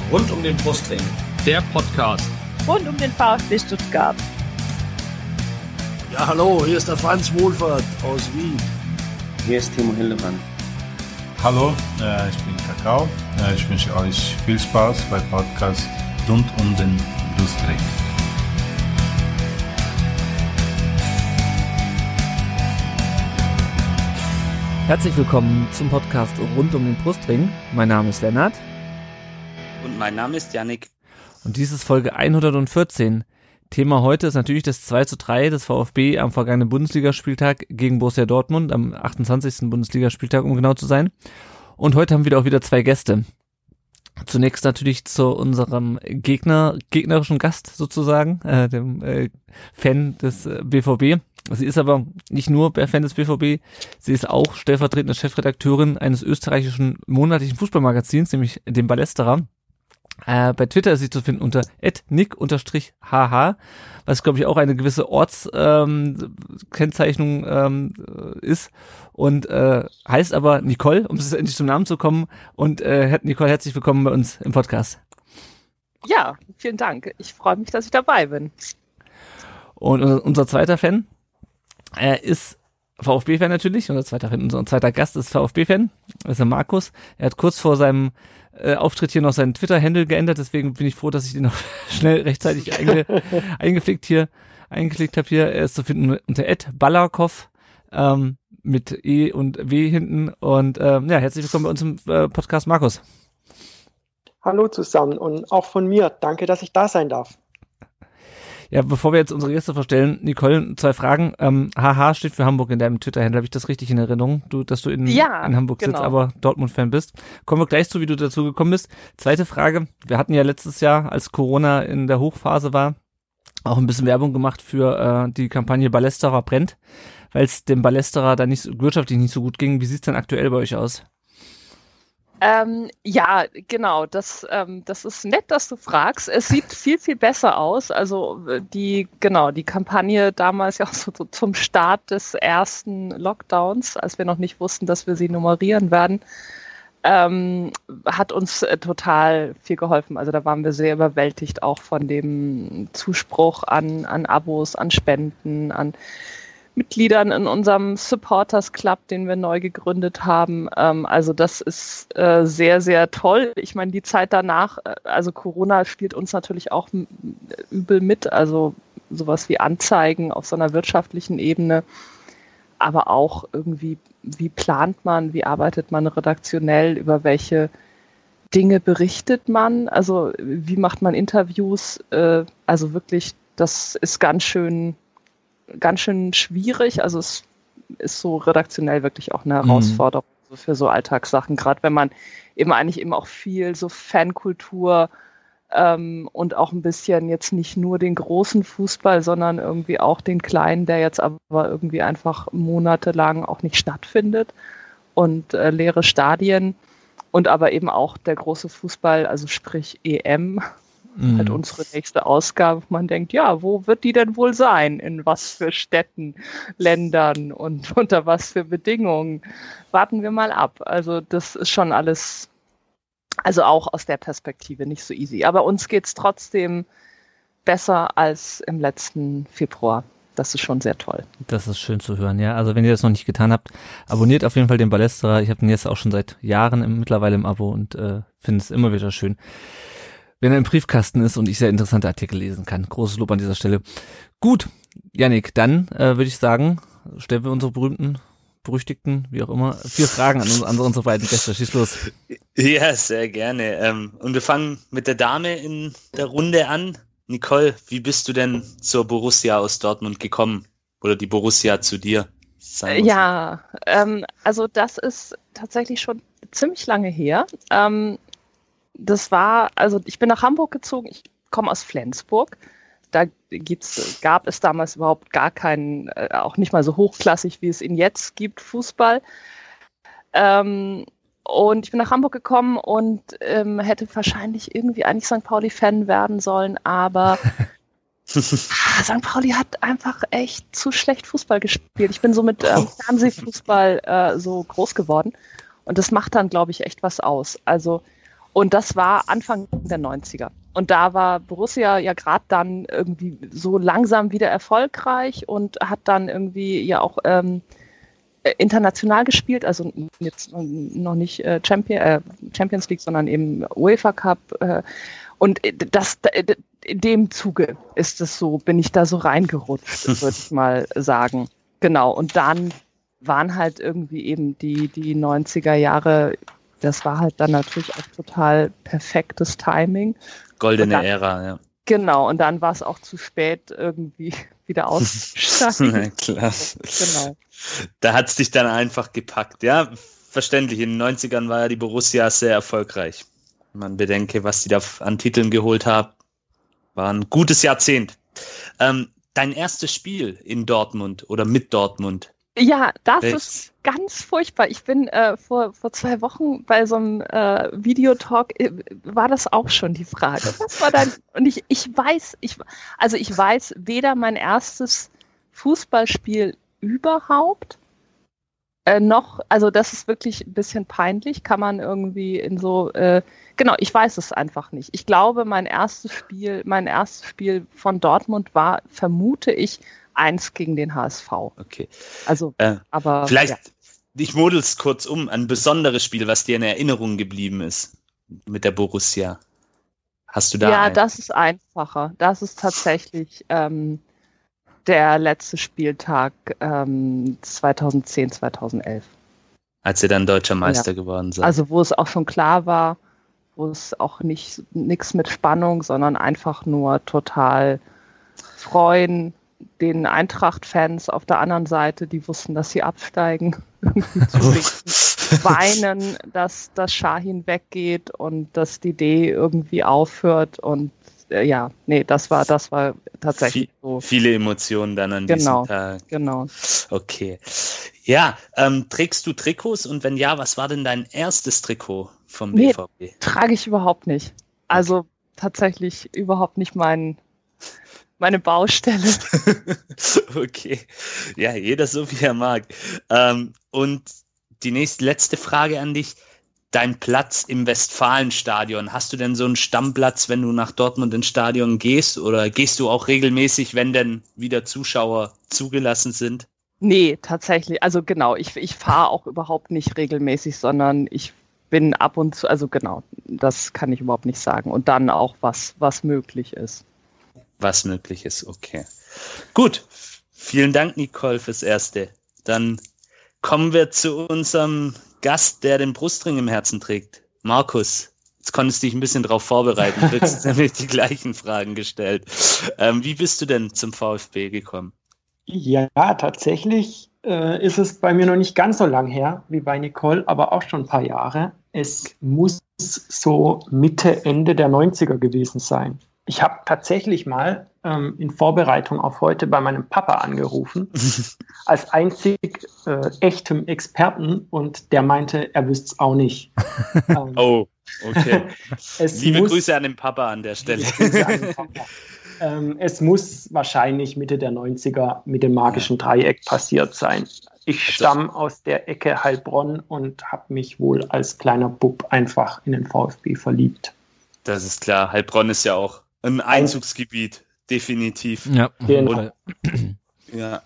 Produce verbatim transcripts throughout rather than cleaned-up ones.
Rund um den Brustring. Der Podcast. Rund um den VfB Stuttgart. Ja, hallo, hier ist der Franz Wohlfahrt aus Wien. Hier ist Timo Hildebrand. Hallo, äh, ich bin Kakao. Äh, ich wünsche euch viel Spaß bei Podcast rund um den Brustring. Herzlich willkommen zum Podcast rund um den Brustring. Mein Name ist Lennart. Und mein Name ist Yannick. Und dies ist Folge hundertvierzehn. Thema heute ist natürlich das zwei zu drei des VfB am vergangenen Bundesligaspieltag gegen Borussia Dortmund, am achtundzwanzigsten Bundesligaspieltag, um genau zu sein. Und heute haben wir auch wieder zwei Gäste. Zunächst natürlich zu unserem Gegner, gegnerischen Gast sozusagen, äh, dem äh, Fan des äh, B V B. Sie ist aber nicht nur Fan des B V B, sie ist auch stellvertretende Chefredakteurin eines österreichischen monatlichen Fußballmagazins, nämlich dem Ballesterer. Äh, bei Twitter ist sie zu finden unter at nick h h, was glaube ich auch eine gewisse Ortskennzeichnung ähm, ähm, ist und äh, heißt aber Nicole, um es endlich zum Namen zu kommen. Und äh, Nicole, herzlich willkommen bei uns im Podcast. Ja, vielen Dank. Ich freue mich, dass ich dabei bin. Und unser, unser zweiter Fan äh, ist VfB-Fan natürlich, unser zweiter Fan, unser zweiter Gast ist VfB-Fan, das ist der Markus. Er hat kurz vor seinem äh, Auftritt hier noch seinen Twitter-Handle geändert, deswegen bin ich froh, dass ich den noch schnell rechtzeitig einge, eingepflegt hier, eingeklickt habe hier. Er ist zu finden unter at ballarkov ähm, mit E und W hinten. Und ähm, ja, herzlich willkommen bei uns im äh, Podcast, Markus. Hallo zusammen und auch von mir, danke, dass ich da sein darf. Ja, bevor wir jetzt unsere Gäste vorstellen, Nicole, zwei Fragen. Ähm, H H steht für Hamburg in deinem Twitter-Handle. Habe ich das richtig in Erinnerung? Du, dass du in, ja, in Hamburg genau. sitzt, aber Dortmund-Fan bist. Kommen wir gleich zu, wie du dazu gekommen bist. Zweite Frage. Wir hatten ja letztes Jahr, als Corona in der Hochphase war, auch ein bisschen Werbung gemacht für äh, die Kampagne Ballesterer brennt, weil es dem Ballesterer da nicht so, wirtschaftlich nicht so gut ging. Wie sieht es denn aktuell bei euch aus? Ähm, ja, genau, das, ähm, das ist nett, dass du fragst. Es sieht viel, viel besser aus. Also die, genau, die Kampagne damals ja auch so, so zum Start des ersten Lockdowns, als wir noch nicht wussten, dass wir sie nummerieren werden, ähm, hat uns äh, total viel geholfen. Also da waren wir sehr überwältigt auch von dem Zuspruch an, an Abos, an Spenden, an Mitgliedern in unserem Supporters Club, den wir neu gegründet haben. Ähm, also das ist äh, sehr, sehr toll. Ich meine, die Zeit danach, äh, also Corona spielt uns natürlich auch m- übel mit, also sowas wie Anzeigen auf so einer wirtschaftlichen Ebene, aber auch irgendwie, wie plant man, wie arbeitet man redaktionell, über welche Dinge berichtet man, also wie macht man Interviews, äh, also wirklich, das ist ganz schön ganz schön schwierig, also es ist so redaktionell wirklich auch eine Herausforderung mhm. für so Alltagssachen, gerade wenn man eben eigentlich eben auch viel so Fankultur ähm, und auch ein bisschen jetzt nicht nur den großen Fußball, sondern irgendwie auch den kleinen, der jetzt aber irgendwie einfach monatelang auch nicht stattfindet und äh, leere Stadien und aber eben auch der große Fußball, also sprich E M, Mhm. halt unsere nächste Ausgabe. Man denkt, ja, wo wird die denn wohl sein? In was für Städten, Ländern und unter was für Bedingungen? Warten wir mal ab. Also das ist schon alles, also auch aus der Perspektive nicht so easy. Aber uns geht's trotzdem besser als im letzten Februar. Das ist schon sehr toll. Das ist schön zu hören, ja. Also wenn ihr das noch nicht getan habt, abonniert auf jeden Fall den Ballesterer. Ich habe den jetzt auch schon seit Jahren im, mittlerweile im Abo und äh, finde es immer wieder schön, wenn er im Briefkasten ist und ich sehr interessante Artikel lesen kann. Großes Lob an dieser Stelle. Gut, Yannick, dann äh, würde ich sagen, stellen wir unsere berühmten, berüchtigten, wie auch immer, vier Fragen an, an unsere beiden Gäste. Schieß los. Ja, sehr gerne. Ähm, und wir fangen mit der Dame in der Runde an. Nicole, wie bist du denn zur Borussia aus Dortmund gekommen? Oder die Borussia zu dir? Ja, ähm, also das ist tatsächlich schon ziemlich lange her. Ähm, Das war, also ich bin nach Hamburg gezogen, ich komme aus Flensburg. Da gibt's, gab es damals überhaupt gar keinen, äh, auch nicht mal so hochklassig, wie es ihn jetzt gibt, Fußball. Ähm, und ich bin nach Hamburg gekommen und ähm, hätte wahrscheinlich irgendwie eigentlich Sankt Pauli-Fan werden sollen, aber Sankt Pauli hat einfach echt zu schlecht Fußball gespielt. Ich bin so mit ähm, Fernsehfußball äh, so groß geworden und das macht dann, glaube ich, echt was aus. Also Und das war Anfang der neunziger. Und da war Borussia ja gerade dann irgendwie so langsam wieder erfolgreich und hat dann irgendwie ja auch ähm, international gespielt, also jetzt noch nicht äh, Champion, äh, Champions League, sondern eben UEFA Cup. Äh, und das, in dem Zuge ist es so, bin ich da so reingerutscht, würde ich mal sagen. Genau. Und dann waren halt irgendwie eben die, die neunziger Jahre, das war halt dann natürlich auch total perfektes Timing. Goldene dann, Ära, ja. Genau, und dann war es auch zu spät, irgendwie wieder auszusteigen. Klar. Genau. Da hat es dich dann einfach gepackt, ja. Verständlich, in den neunzigern war ja die Borussia sehr erfolgreich. Wenn man bedenke, was die da an Titeln geholt haben, war ein gutes Jahrzehnt. Ähm, dein erstes Spiel in Dortmund oder mit Dortmund? Ja, das Echt? ist ganz furchtbar. Ich bin äh, vor, vor zwei Wochen bei so einem äh, Videotalk, äh, war das auch schon die Frage. Was war dein, und ich, ich weiß, ich, also ich weiß weder mein erstes Fußballspiel überhaupt, äh, noch, also das ist wirklich ein bisschen peinlich, kann man irgendwie in so, äh, genau, ich weiß es einfach nicht. Ich glaube, mein erstes Spiel, mein erstes Spiel von Dortmund war, vermute ich, eins gegen den H S V. Okay. Also, äh, aber. Vielleicht, ja. Ich model es kurz um, ein besonderes Spiel, was dir in Erinnerung geblieben ist mit der Borussia. Hast du da Ja, ein? das ist einfacher. Das ist tatsächlich ähm, der letzte Spieltag ähm, zweitausendzehn, zweitausendelf. Als ihr dann deutscher Meister Ja. geworden seid. Also wo es auch schon klar war, wo es auch nicht nichts mit Spannung, sondern einfach nur total freuen, den Eintracht-Fans auf der anderen Seite, die wussten, dass sie absteigen, irgendwie zu winken, weinen, dass das Şahin weggeht und dass die D irgendwie aufhört und äh, ja, nee, das war das war tatsächlich Viel, so. Viele Emotionen dann an Genau, diesem Tag. genau. Okay. Ja, ähm, trägst du Trikots und wenn ja, was war denn dein erstes Trikot vom Nee, B V B? Trage ich überhaupt nicht. Also okay. Tatsächlich überhaupt nicht mein meine Baustelle. Okay. Ja, jeder so wie er mag. Ähm, und die nächste, letzte Frage an dich. Dein Platz im Westfalenstadion. Hast du denn so einen Stammplatz, wenn du nach Dortmund ins Stadion gehst? Oder gehst du auch regelmäßig, wenn denn wieder Zuschauer zugelassen sind? Nee, tatsächlich. Also genau, ich, ich fahre auch überhaupt nicht regelmäßig, sondern ich bin ab und zu, also genau, das kann ich überhaupt nicht sagen. Und dann auch, was, was möglich ist. Was möglich ist, okay. Gut, vielen Dank, Nicole, fürs Erste. Dann kommen wir zu unserem Gast, der den Brustring im Herzen trägt. Markus, jetzt konntest du dich ein bisschen darauf vorbereiten. Du kriegst nämlich die gleichen Fragen gestellt. Ähm, wie bist du denn zum VfB gekommen? Ja, tatsächlich äh, ist es bei mir noch nicht ganz so lang her wie bei Nicole, aber auch schon ein paar Jahre. Es muss so Mitte, Ende der neunziger gewesen sein. Ich habe tatsächlich mal ähm, in Vorbereitung auf heute bei meinem Papa angerufen, als einzig äh, echtem Experten, und der meinte, er wüsste es auch nicht. ähm, oh, okay. es Liebe muss, Grüße an den Papa an der Stelle. Grüße an den Papa. ähm, es muss wahrscheinlich Mitte der neunziger mit dem magischen Dreieck passiert sein. Ich stamme aus der Ecke Heilbronn und habe mich wohl als kleiner Bub einfach in den VfB verliebt. Das ist klar. Heilbronn ist ja auch ein Einzugsgebiet, definitiv. Ja, genau. Ja.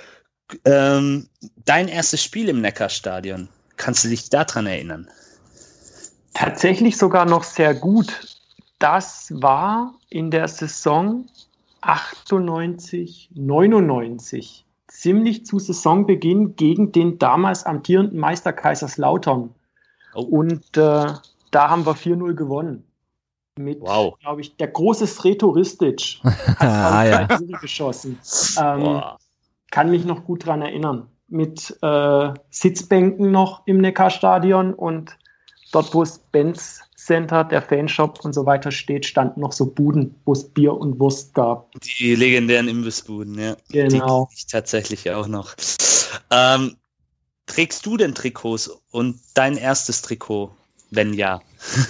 Ähm, dein erstes Spiel im Neckarstadion, kannst du dich daran erinnern? Tatsächlich sogar noch sehr gut. Das war in der Saison achtundneunzig, neunundneunzig. Ziemlich zu Saisonbeginn gegen den damals amtierenden Meister Kaiserslautern. Oh. Und äh, da haben wir vier null gewonnen. Mit, wow. glaube ich, der große Sreto Ristic hat ah, ja. geschossen. Ähm, kann mich noch gut dran erinnern. Mit äh, Sitzbänken noch im Neckarstadion, und dort, wo das Benz Center, der Fanshop und so weiter steht, standen noch so Buden, wo es Bier und Wurst gab. Die legendären Imbissbuden, ja. Genau. Die ich tatsächlich auch noch. Ähm, trägst du denn Trikots und dein erstes Trikot, wenn ja?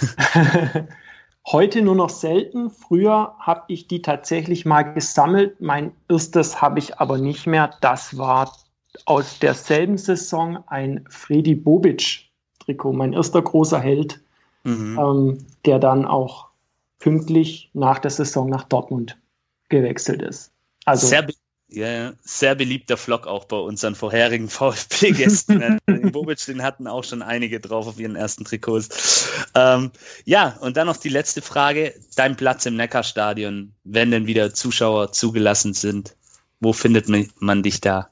Heute nur noch selten. Früher habe ich die tatsächlich mal gesammelt. Mein erstes habe ich aber nicht mehr. Das war aus derselben Saison ein Fredi Bobic-Trikot. Mein erster großer Held. mhm. ähm, der dann auch pünktlich nach der Saison nach Dortmund gewechselt ist. Also sehr, be- ja, sehr beliebter Vlog auch bei unseren vorherigen VfB-Gästen. Den Bobic, den hatten auch schon einige drauf auf ihren ersten Trikots. Ähm, ja, und dann noch die letzte Frage. Dein Platz im Neckarstadion, wenn denn wieder Zuschauer zugelassen sind. Wo findet man dich da?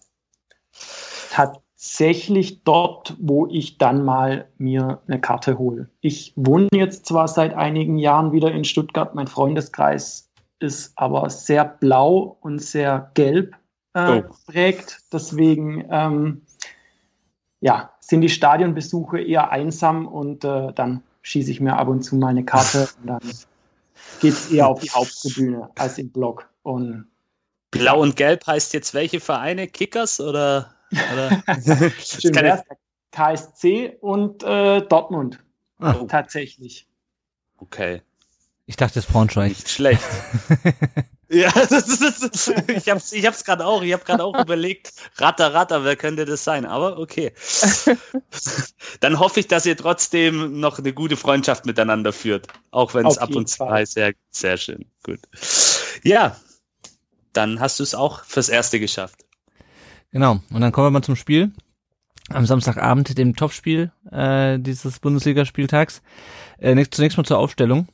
Tatsächlich dort, wo ich dann mal mir eine Karte hole. Ich wohne jetzt zwar seit einigen Jahren wieder in Stuttgart, mein Freundeskreis ist aber sehr blau und sehr gelb äh, geprägt. Oh. Deswegen ähm, ja, sind die Stadionbesuche eher einsam und äh, dann schieße ich mir ab und zu mal eine Karte und dann geht es eher auf die Haupttribüne als im Block. Und Blau und Gelb heißt jetzt welche Vereine? Kickers oder? oder? Schön wär's, K S C und äh, Dortmund. Oh. Tatsächlich. Okay. Ich dachte, das Braunschweig. Nicht schlecht. Ja, das ist, das ist, ich hab's, ich hab's gerade auch, ich habe gerade auch überlegt, Ratter, Ratter, wer könnte das sein? Aber okay. Dann hoffe ich, dass ihr trotzdem noch eine gute Freundschaft miteinander führt. Auch wenn es ab und zu heißt. Sehr, sehr schön. Gut. Ja, dann hast du es auch fürs Erste geschafft. Genau. Und dann kommen wir mal zum Spiel. Am Samstagabend, dem Topspiel äh, dieses Bundesligaspieltags. Äh, zunächst mal zur Aufstellung.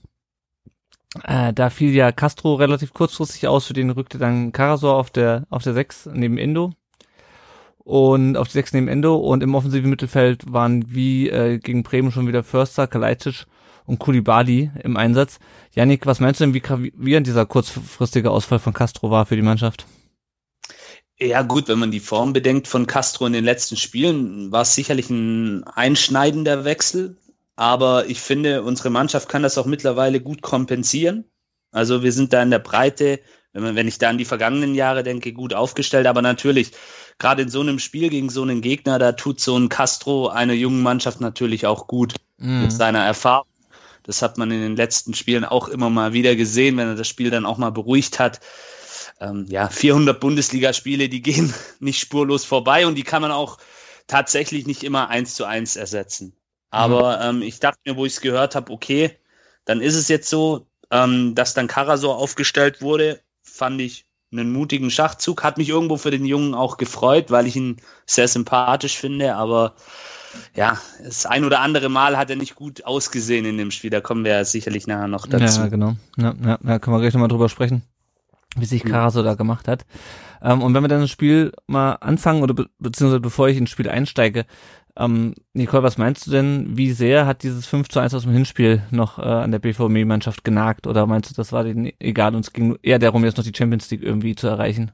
Äh, da fiel ja Castro relativ kurzfristig aus, für den rückte dann Karasor auf der auf der sechs neben Endo und auf die sechs neben Endo und im offensiven Mittelfeld waren wie äh, gegen Bremen schon wieder Förster, Kalajdzic und Koulibaly im Einsatz. Yannick, was meinst du denn, wie gravierend dieser kurzfristige Ausfall von Castro war für die Mannschaft? Ja gut, wenn man die Form bedenkt von Castro in den letzten Spielen, war es sicherlich ein einschneidender Wechsel. Aber ich finde, unsere Mannschaft kann das auch mittlerweile gut kompensieren. Also wir sind da in der Breite, wenn man, wenn ich da an die vergangenen Jahre denke, gut aufgestellt. Aber natürlich, gerade in so einem Spiel gegen so einen Gegner, da tut so ein Castro einer jungen Mannschaft natürlich auch gut mhm. mit seiner Erfahrung. Das hat man in den letzten Spielen auch immer mal wieder gesehen, wenn er das Spiel dann auch mal beruhigt hat. Ähm, ja, vierhundert Bundesligaspiele, die gehen nicht spurlos vorbei und die kann man auch tatsächlich nicht immer eins zu eins ersetzen. Aber ähm, ich dachte mir, wo ich es gehört habe, okay, dann ist es jetzt so, ähm, dass dann Karasor aufgestellt wurde, fand ich einen mutigen Schachzug, hat mich irgendwo für den Jungen auch gefreut, weil ich ihn sehr sympathisch finde, aber ja, das ein oder andere Mal hat er nicht gut ausgesehen in dem Spiel, da kommen wir ja sicherlich nachher noch dazu. Ja, genau, ja, ja, da können wir gleich nochmal drüber sprechen, wie sich Karasor da gemacht hat. Ähm, und wenn wir dann das Spiel mal anfangen, oder be- beziehungsweise bevor ich ins Spiel einsteige, Ähm, Nicole, was meinst du denn, wie sehr hat dieses fünf zu eins aus dem Hinspiel noch äh, an der B V M-Mannschaft genagt? Oder meinst du, das war denen egal und es ging eher darum, jetzt noch die Champions League irgendwie zu erreichen?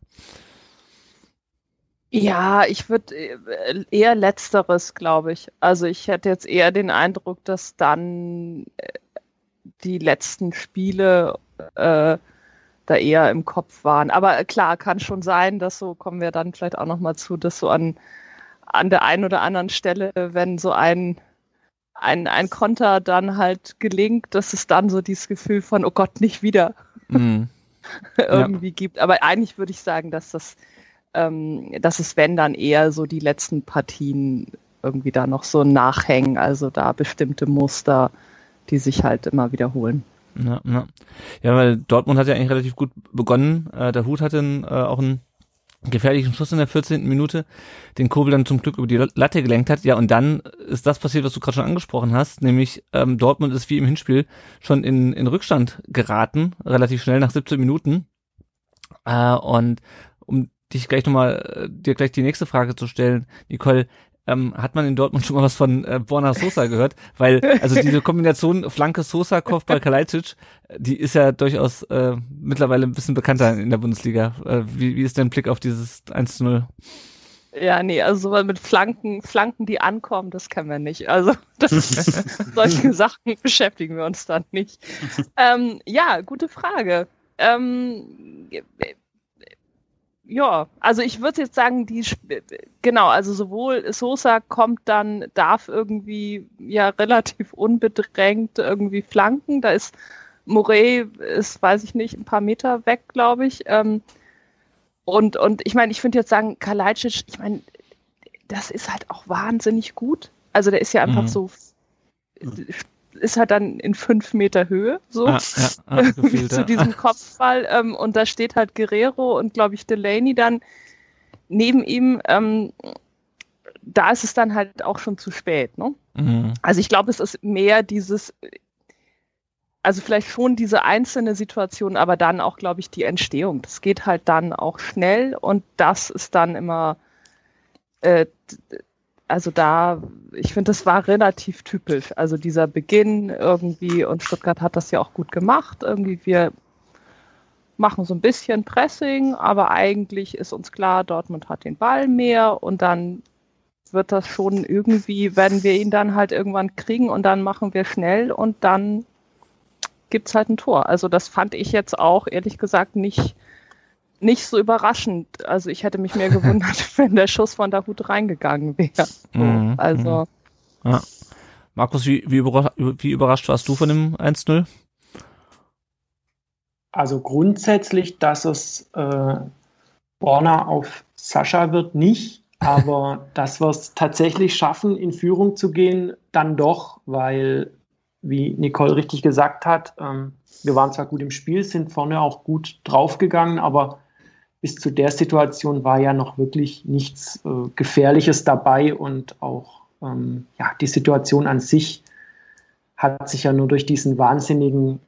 Ja, ich würde eher Letzteres, glaube ich. Also ich hätte jetzt eher den Eindruck, dass dann die letzten Spiele äh, da eher im Kopf waren. Aber klar, kann schon sein, dass so, kommen wir dann vielleicht auch nochmal zu, dass so an an der einen oder anderen Stelle, wenn so ein, ein, ein Konter dann halt gelingt, dass es dann so dieses Gefühl von, oh Gott, nicht wieder mm. irgendwie ja. gibt. Aber eigentlich würde ich sagen, dass das, ähm, dass es, wenn dann eher so die letzten Partien irgendwie da noch so nachhängen, also da bestimmte Muster, die sich halt immer wiederholen. Ja, ja. ja, weil Dortmund hat ja eigentlich relativ gut begonnen. Äh, der Hut hatte äh, auch einen gefährlichen Schuss in der vierzehnten Minute, den Kobel dann zum Glück über die Latte gelenkt hat. Ja, und dann ist das passiert, was du gerade schon angesprochen hast, nämlich ähm, Dortmund ist wie im Hinspiel schon in, in Rückstand geraten, relativ schnell nach siebzehn Minuten. Äh, und um dich gleich nochmal, dir gleich die nächste Frage zu stellen, Nicole, ähm, hat man in Dortmund schon mal was von äh, Borna Sosa gehört? Weil, also diese Kombination Flanke Sosa, Kopfball Kalajdzic, die ist ja durchaus äh, mittlerweile ein bisschen bekannter in der Bundesliga. Äh, wie, wie ist dein Blick auf dieses eins zu null? Ja, nee, also so mit Flanken, Flanken, die ankommen, das kennen wir nicht. Also das, solche Sachen beschäftigen wir uns dann nicht. Ähm, ja, gute Frage. Ähm, ja, also ich würde jetzt sagen, die genau, also sowohl Sosa kommt dann, darf irgendwie ja relativ unbedrängt irgendwie flanken. Da ist Morey, ist, weiß ich nicht, ein paar Meter weg, glaube ich. Ähm, und, und ich meine, ich finde jetzt sagen, Kalajdzic, ich meine, das ist halt auch wahnsinnig gut. Also der ist ja einfach mhm. so ist halt dann in fünf Meter Höhe, so, ah, ja, ah, gefühlt, zu ja. diesem Kopfball. Ähm, und da steht halt Guerrero und, glaube ich, Delaney dann neben ihm. Ähm, da ist es dann halt auch schon zu spät, ne? Mhm. Also ich glaube, es ist mehr dieses, also vielleicht schon diese einzelne Situation, aber dann auch, glaube ich, die Entstehung. Das geht halt dann auch schnell und das ist dann immer, äh, also da, ich finde, das war relativ typisch. Also dieser Beginn irgendwie, und Stuttgart hat das ja auch gut gemacht. Irgendwie wir machen so ein bisschen Pressing, aber eigentlich ist uns klar, Dortmund hat den Ball mehr und dann wird das schon irgendwie, werden wir ihn dann halt irgendwann kriegen und dann machen wir schnell und dann gibt es halt ein Tor. Also das fand ich jetzt auch, ehrlich gesagt, nicht, nicht so überraschend. Also ich hätte mich mehr gewundert, wenn der Schuss von Dahoud reingegangen wäre. So, Mhm, also Ja. Markus, wie, wie, überrascht, wie überrascht warst du von dem eins null? Also grundsätzlich, dass es äh, Borna auf Sascha wird, nicht. Aber dass wir es tatsächlich schaffen, in Führung zu gehen, dann doch, weil, wie Nicole richtig gesagt hat, ähm, wir waren zwar gut im Spiel, sind vorne auch gut draufgegangen, aber bis zu der Situation war ja noch wirklich nichts äh, Gefährliches dabei und auch ähm, ja, die Situation an sich hat sich ja nur durch diesen wahnsinnigen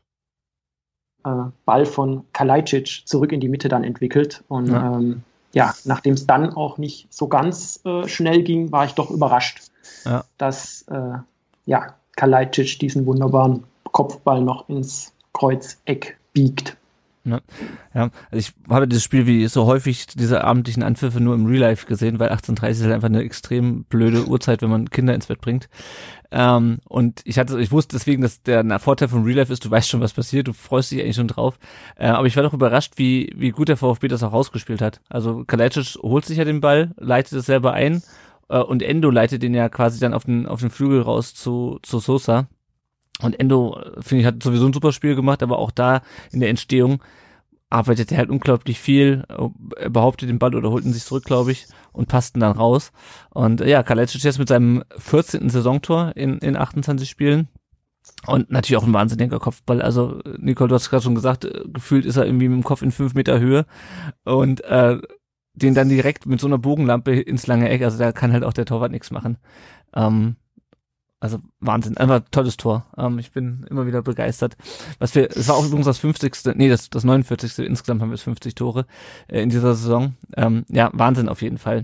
äh, Ball von Kalajdzic zurück in die Mitte dann entwickelt und Ja. ähm, ja, nachdem es dann auch nicht so ganz äh, schnell ging, war ich doch überrascht, Ja. dass äh, ja, Kalajdzic diesen wunderbaren Kopfball noch ins Kreuzeck biegt. Ja, ja, also ich habe dieses Spiel wie so häufig diese abendlichen Anpfiffe nur im Real Life gesehen, weil achtzehn Uhr dreißig ist halt einfach eine extrem blöde Uhrzeit, wenn man Kinder ins Bett bringt. Ähm, und ich hatte, ich wusste deswegen, dass der Vorteil vom Real Life ist, du weißt schon, was passiert, du freust dich eigentlich schon drauf. Äh, aber ich war doch überrascht, wie wie gut der VfB das auch rausgespielt hat. Also Kalajdzic holt sich ja den Ball, leitet es selber ein äh, und Endo leitet den ja quasi dann auf den auf den Flügel raus zu zu Sosa. Und Endo, finde ich, hat sowieso ein super Spiel gemacht, aber auch da in der Entstehung arbeitet er halt unglaublich viel, er behauptet den Ball oder holt ihn sich zurück, glaube ich, und passt ihn dann raus. Und ja, Kalajdzic jetzt mit seinem vierzehnten Saisontor in, in achtundzwanzig Spielen und natürlich auch ein wahnsinniger Kopfball. Also Nicole, du hast gerade schon gesagt, gefühlt ist er irgendwie mit dem Kopf in fünf Meter Höhe und äh, den dann direkt mit so einer Bogenlampe ins lange Eck, also da kann halt auch der Torwart nichts machen. Ähm, Also Wahnsinn, einfach tolles Tor. Ähm, ich bin immer wieder begeistert. Was wir, es war auch übrigens das fünfzigste, nee, das, das neunundvierzigste Insgesamt haben wir jetzt fünfzig Tore äh, in dieser Saison. Ähm, ja, Wahnsinn auf jeden Fall.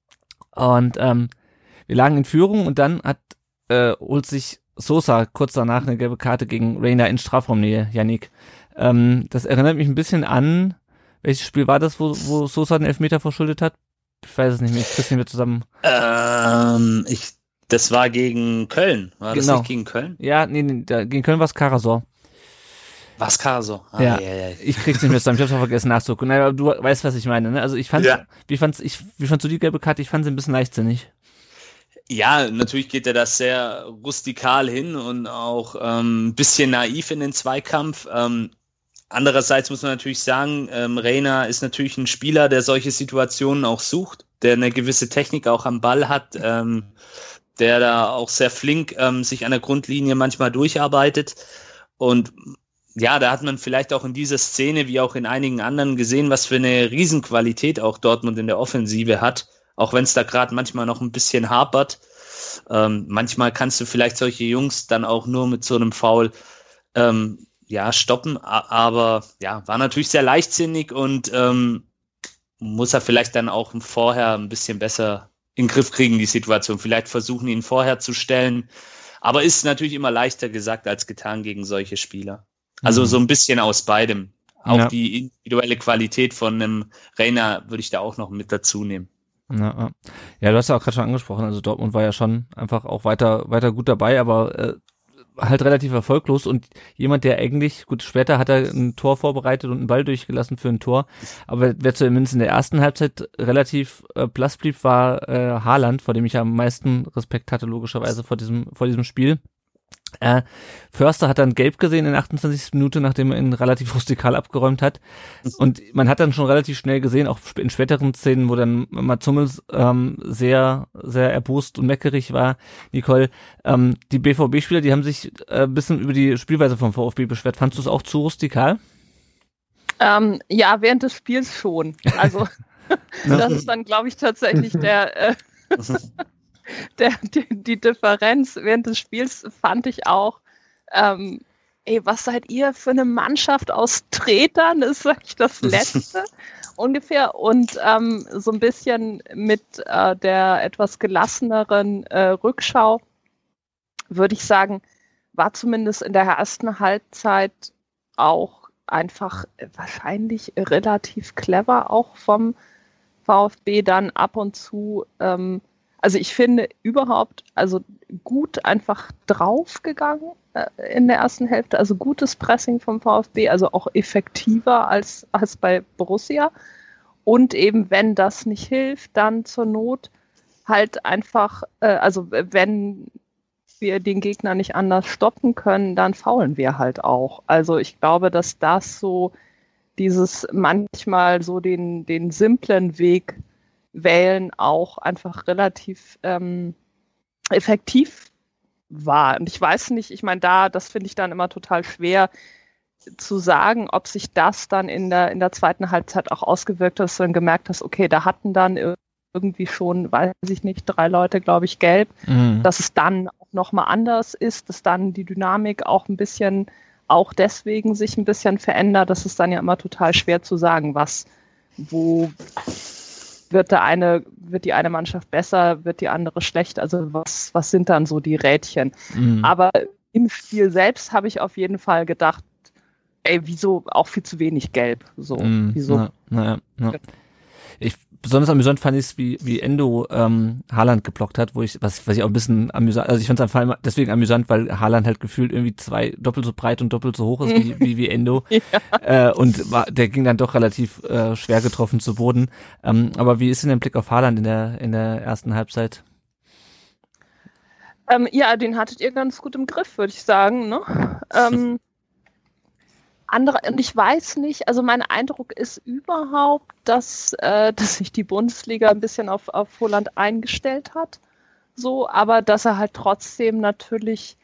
Und ähm, wir lagen in Führung und dann hat äh, holt sich Sosa kurz danach eine gelbe Karte gegen Reina in Strafraumnähe, Yannick. Ähm, das erinnert mich ein bisschen an, welches Spiel war das, wo, wo Sosa den Elfmeter verschuldet hat? Ich weiß es nicht mehr, ich krieg's nicht mehr zusammen. Ähm, ich Das war gegen Köln. War das Genau. nicht gegen Köln? Ja, nee, nee da, gegen Köln war es Karasor. Was Karasor? Ah, Ja. ja, ja. Ich krieg's nicht mehr zusammen, ich hab's auch vergessen nachzugucken. Naja, du weißt, was ich meine, ne? Also ich fand's, Ja. wie fand's, ich, wie fandst du die gelbe Karte? Ich fand sie ein bisschen leichtsinnig. Ja, natürlich geht er das sehr rustikal hin und auch ähm, ein bisschen naiv in den Zweikampf. Ähm, andererseits muss man natürlich sagen, ähm, Reina ist natürlich ein Spieler, der solche Situationen auch sucht, der eine gewisse Technik auch am Ball hat, ähm, der da auch sehr flink ähm, sich an der Grundlinie manchmal durcharbeitet. Und ja, da hat man vielleicht auch in dieser Szene, wie auch in einigen anderen, gesehen, was für eine Riesenqualität auch Dortmund in der Offensive hat, auch wenn es da gerade manchmal noch ein bisschen hapert. Ähm, manchmal kannst du vielleicht solche Jungs dann auch nur mit so einem Foul ähm, ja, stoppen, aber ja, war natürlich sehr leichtsinnig und ähm, muss er vielleicht dann auch vorher ein bisschen besser in den Griff kriegen, die Situation. Vielleicht versuchen, ihn vorher zu stellen. Aber ist natürlich immer leichter gesagt als getan gegen solche Spieler. Also Mhm. so ein bisschen aus beidem. Auch Ja. die individuelle Qualität von einem Reina würde ich da auch noch mit dazu nehmen. Ja, ja. Ja, du hast ja auch gerade schon angesprochen, also Dortmund war ja schon einfach auch weiter, weiter gut dabei, aber äh, halt relativ erfolglos und jemand, der eigentlich, gut, später hat er ein Tor vorbereitet und einen Ball durchgelassen für ein Tor, aber wer zumindest in der ersten Halbzeit relativ äh, blass blieb, war äh, Haaland, vor dem ich am meisten Respekt hatte, logischerweise vor diesem, vor diesem Spiel. Äh, Förster hat dann gelb gesehen in der achtundzwanzigsten Minute, nachdem er ihn relativ rustikal abgeräumt hat. Und man hat dann schon relativ schnell gesehen, auch in späteren Szenen, wo dann Mats Hummels ähm, sehr, sehr erbost und meckerig war, Nicole. Ähm, die B V B-Spieler, die haben sich äh, ein bisschen über die Spielweise vom VfB beschwert. Fandst du es auch zu rustikal? Ähm, ja, während des Spiels schon. Also das ist dann, glaube ich, tatsächlich der... Äh, Der, die, die Differenz während des Spiels fand ich auch, ähm, ey, was seid ihr für eine Mannschaft aus Tretern? Das ist eigentlich das Letzte ungefähr. Und ähm, so ein bisschen mit äh, der etwas gelasseneren äh, Rückschau, würde ich sagen, war zumindest in der ersten Halbzeit auch einfach wahrscheinlich relativ clever auch vom VfB dann ab und zu. Ähm, Also ich finde überhaupt, also gut einfach draufgegangen äh, in der ersten Hälfte, also gutes Pressing vom VfB, also auch effektiver als, als bei Borussia. Und eben, wenn das nicht hilft, dann zur Not halt einfach, äh, also wenn wir den Gegner nicht anders stoppen können, dann faulen wir halt auch. Also ich glaube, dass das so dieses manchmal so den, den simplen Weg wählen auch einfach relativ ähm, effektiv war. Und ich weiß nicht, ich meine, da, das finde ich dann immer total schwer zu sagen, ob sich das dann in der, in der zweiten Halbzeit auch ausgewirkt hat, dass du dann gemerkt hast, okay, da hatten dann irgendwie schon, weiß ich nicht, drei Leute, glaube ich, gelb, mhm. dass es dann auch nochmal anders ist, dass dann die Dynamik auch ein bisschen, auch deswegen sich ein bisschen verändert. Das ist dann ja immer total schwer zu sagen, was, wo wird der eine, wird die eine Mannschaft besser, wird die andere schlecht, also was, was sind dann so die Rädchen? Mhm. Aber im Spiel selbst habe ich auf jeden Fall gedacht, ey, wieso auch viel zu wenig gelb? So, mhm. wieso? Na, na ja, na. Ich, besonders amüsant fand ich es, wie, wie Endo ähm, Haaland geblockt hat, wo ich, was, was ich auch ein bisschen amüsant, also ich fand es einfach deswegen amüsant, weil Haaland halt gefühlt irgendwie zwei, doppelt so breit und doppelt so hoch ist wie, wie, wie Endo. Ja. Äh, und war, der ging dann doch relativ äh, schwer getroffen zu Boden. Ähm, aber wie ist denn der Blick auf Haaland in der, in der ersten Halbzeit? Ähm, ja, den hattet ihr ganz gut im Griff, würde ich sagen, ne? ähm, Andere, und ich weiß nicht, also mein Eindruck ist überhaupt, dass, äh, dass sich die Bundesliga ein bisschen auf, auf Haaland eingestellt hat, so, aber dass er halt trotzdem natürlich,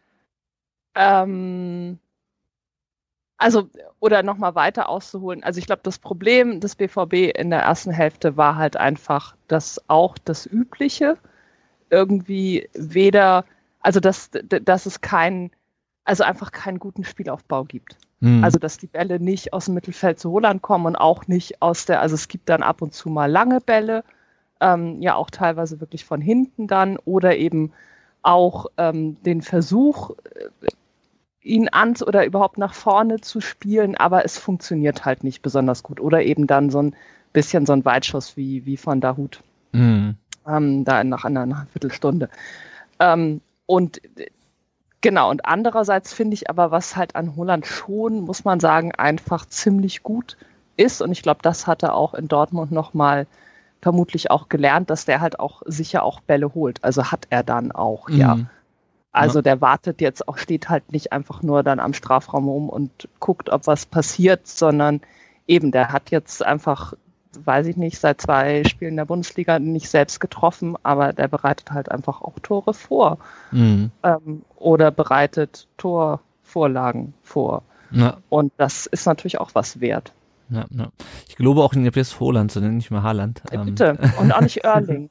ähm, also, oder nochmal weiter auszuholen, also ich glaube, das Problem des B V B in der ersten Hälfte war halt einfach, dass auch das Übliche irgendwie weder, also dass, dass es kein, also einfach keinen guten Spielaufbau gibt. Also, dass die Bälle nicht aus dem Mittelfeld zu Haaland kommen und auch nicht aus der, also es gibt dann ab und zu mal lange Bälle, ähm, ja auch teilweise wirklich von hinten dann oder eben auch ähm, den Versuch, äh, ihn an oder überhaupt nach vorne zu spielen, aber es funktioniert halt nicht besonders gut. Oder eben dann so ein bisschen so ein Weitschuss wie, wie von Dahoud, mhm. ähm, da nach einer Viertelstunde. Ähm, und Genau, und andererseits finde ich aber, was halt an Haaland schon, muss man sagen, einfach ziemlich gut ist. Und ich glaube, das hat er auch in Dortmund nochmal vermutlich auch gelernt, dass der halt auch sicher auch Bälle holt. Also hat er dann auch, mhm. ja. Also der wartet jetzt auch, steht halt nicht einfach nur dann am Strafraum rum und guckt, ob was passiert, sondern eben, der hat jetzt einfach, weiß ich nicht, seit zwei Spielen der Bundesliga nicht selbst getroffen, aber der bereitet halt einfach auch Tore vor. Mhm. Ähm, oder bereitet Torvorlagen vor. Ja. Und das ist natürlich auch was wert. Ja, ja. Ich glaube auch in der P S Haaland zu nennen, nicht mehr Haaland. Ja, bitte. Ähm. Und auch nicht Erling.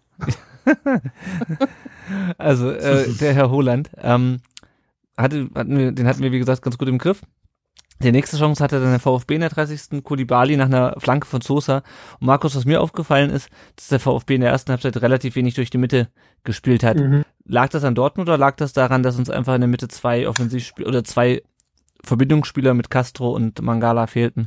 Also äh, der Herr Haaland ähm, hatte, hatten wir, den hatten wir wie gesagt ganz gut im Griff. Die nächste Chance hatte dann der VfB in der dreißigsten Koulibaly nach einer Flanke von Sosa. Und Markus, was mir aufgefallen ist, dass der VfB in der ersten Halbzeit relativ wenig durch die Mitte gespielt hat. Mhm. Lag das an Dortmund oder lag das daran, dass uns einfach in der Mitte zwei Offensivspieler oder zwei Verbindungsspieler mit Castro und Mangala fehlten?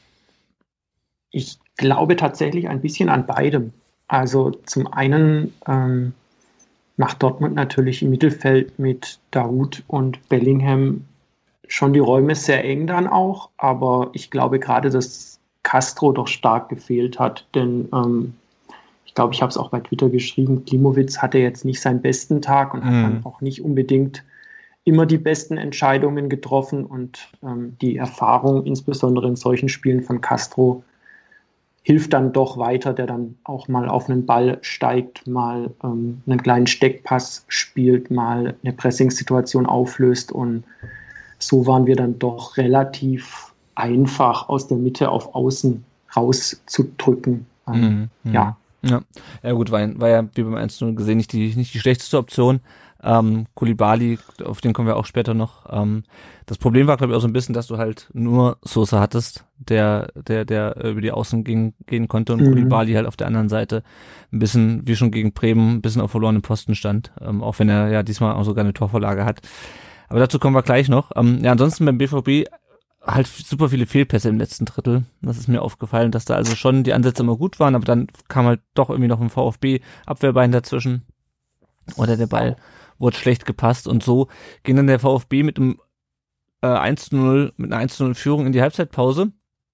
Ich glaube tatsächlich ein bisschen an beidem. Also zum einen ähm, macht Dortmund natürlich im Mittelfeld mit Dahoud und Bellingham schon die Räume sehr eng dann auch, aber ich glaube gerade, dass Castro doch stark gefehlt hat, denn ähm, ich glaube, ich habe es auch bei Twitter geschrieben, Klimowitz hatte jetzt nicht seinen besten Tag und mm. hat dann auch nicht unbedingt immer die besten Entscheidungen getroffen und ähm, die Erfahrung, insbesondere in solchen Spielen von Castro, hilft dann doch weiter, der dann auch mal auf einen Ball steigt, mal ähm, einen kleinen Steckpass spielt, mal eine Pressingsituation auflöst und so waren wir dann doch relativ einfach aus der Mitte auf Außen rauszudrücken. Ähm, Mhm. Ja. Ja, ja gut, war, war ja wie beim eins zu null gesehen nicht die, nicht die schlechteste Option. Ähm, Koulibaly, auf den kommen wir auch später noch. Ähm, das Problem war, glaube ich, auch so ein bisschen, dass du halt nur Sosa hattest, der, der, der über die Außen ging, gehen konnte und Mhm. Koulibaly halt auf der anderen Seite ein bisschen, wie schon gegen Bremen, ein bisschen auf verlorenem Posten stand, ähm, auch wenn er ja diesmal auch sogar eine Torvorlage hat. Aber dazu kommen wir gleich noch. Ähm, ja, ansonsten beim B V B halt super viele Fehlpässe im letzten Drittel. Das ist mir aufgefallen, dass da also schon die Ansätze immer gut waren, aber dann kam halt doch irgendwie noch ein VfB-Abwehrbein dazwischen. Oder der Ball wurde schlecht gepasst und so ging dann der VfB mit einem äh, eins zu null, mit einer eins zu null Führung in die Halbzeitpause.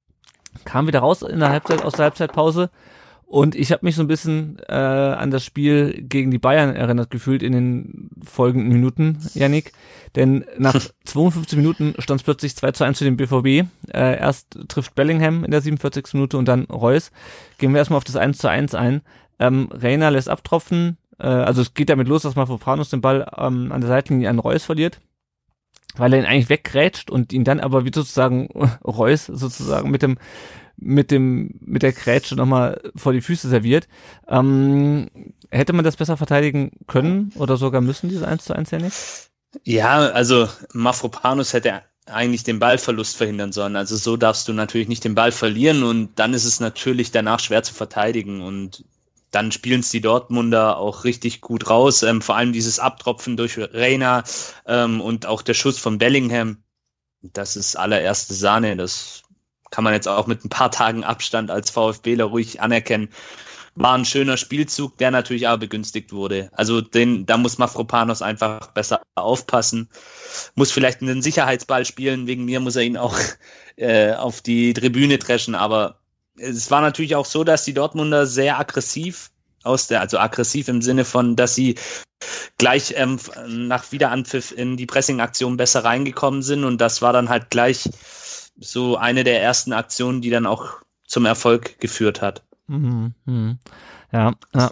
Kam wieder raus in der Halbzeit, aus der Halbzeitpause. Und ich habe mich so ein bisschen äh, an das Spiel gegen die Bayern erinnert gefühlt in den folgenden Minuten, Yannick. Denn nach zweiundfünfzig Minuten stand es plötzlich zwei zu eins für den B V B. Äh, erst trifft Bellingham in der siebenundvierzigsten Minute und dann Reus. Gehen wir erstmal auf das eins zu eins ein. Ähm, Reina lässt abtropfen. Äh, also es geht damit los, dass Mavropanos den Ball ähm, an der Seitenlinie an Reus verliert, weil er ihn eigentlich weggrätscht und ihn dann aber wie sozusagen Reus sozusagen mit dem mit dem mit der Grätsche nochmal vor die Füße serviert. Ähm, hätte man das besser verteidigen können oder sogar müssen, diese eins zu eins, ja nicht? Ja, also Mavropanos hätte eigentlich den Ballverlust verhindern sollen. Also so darfst du natürlich nicht den Ball verlieren und dann ist es natürlich danach schwer zu verteidigen und dann spielen es die Dortmunder auch richtig gut raus. Ähm, vor allem dieses Abtropfen durch Reina ähm, und auch der Schuss von Bellingham. Das ist allererste Sahne. Das kann man jetzt auch mit ein paar Tagen Abstand als VfBler ruhig anerkennen. War ein schöner Spielzug, der natürlich auch begünstigt wurde. Also den, da muss Mavropanos einfach besser aufpassen. Muss vielleicht einen Sicherheitsball spielen. Wegen mir muss er ihn auch äh, auf die Tribüne dreschen. Aber es war natürlich auch so, dass die Dortmunder sehr aggressiv aus der, also aggressiv im Sinne von, dass sie gleich ähm, nach Wiederanpfiff in die Pressing-Aktion besser reingekommen sind und das war dann halt gleich so eine der ersten Aktionen, die dann auch zum Erfolg geführt hat. Mhm, mhm. Ja, ja.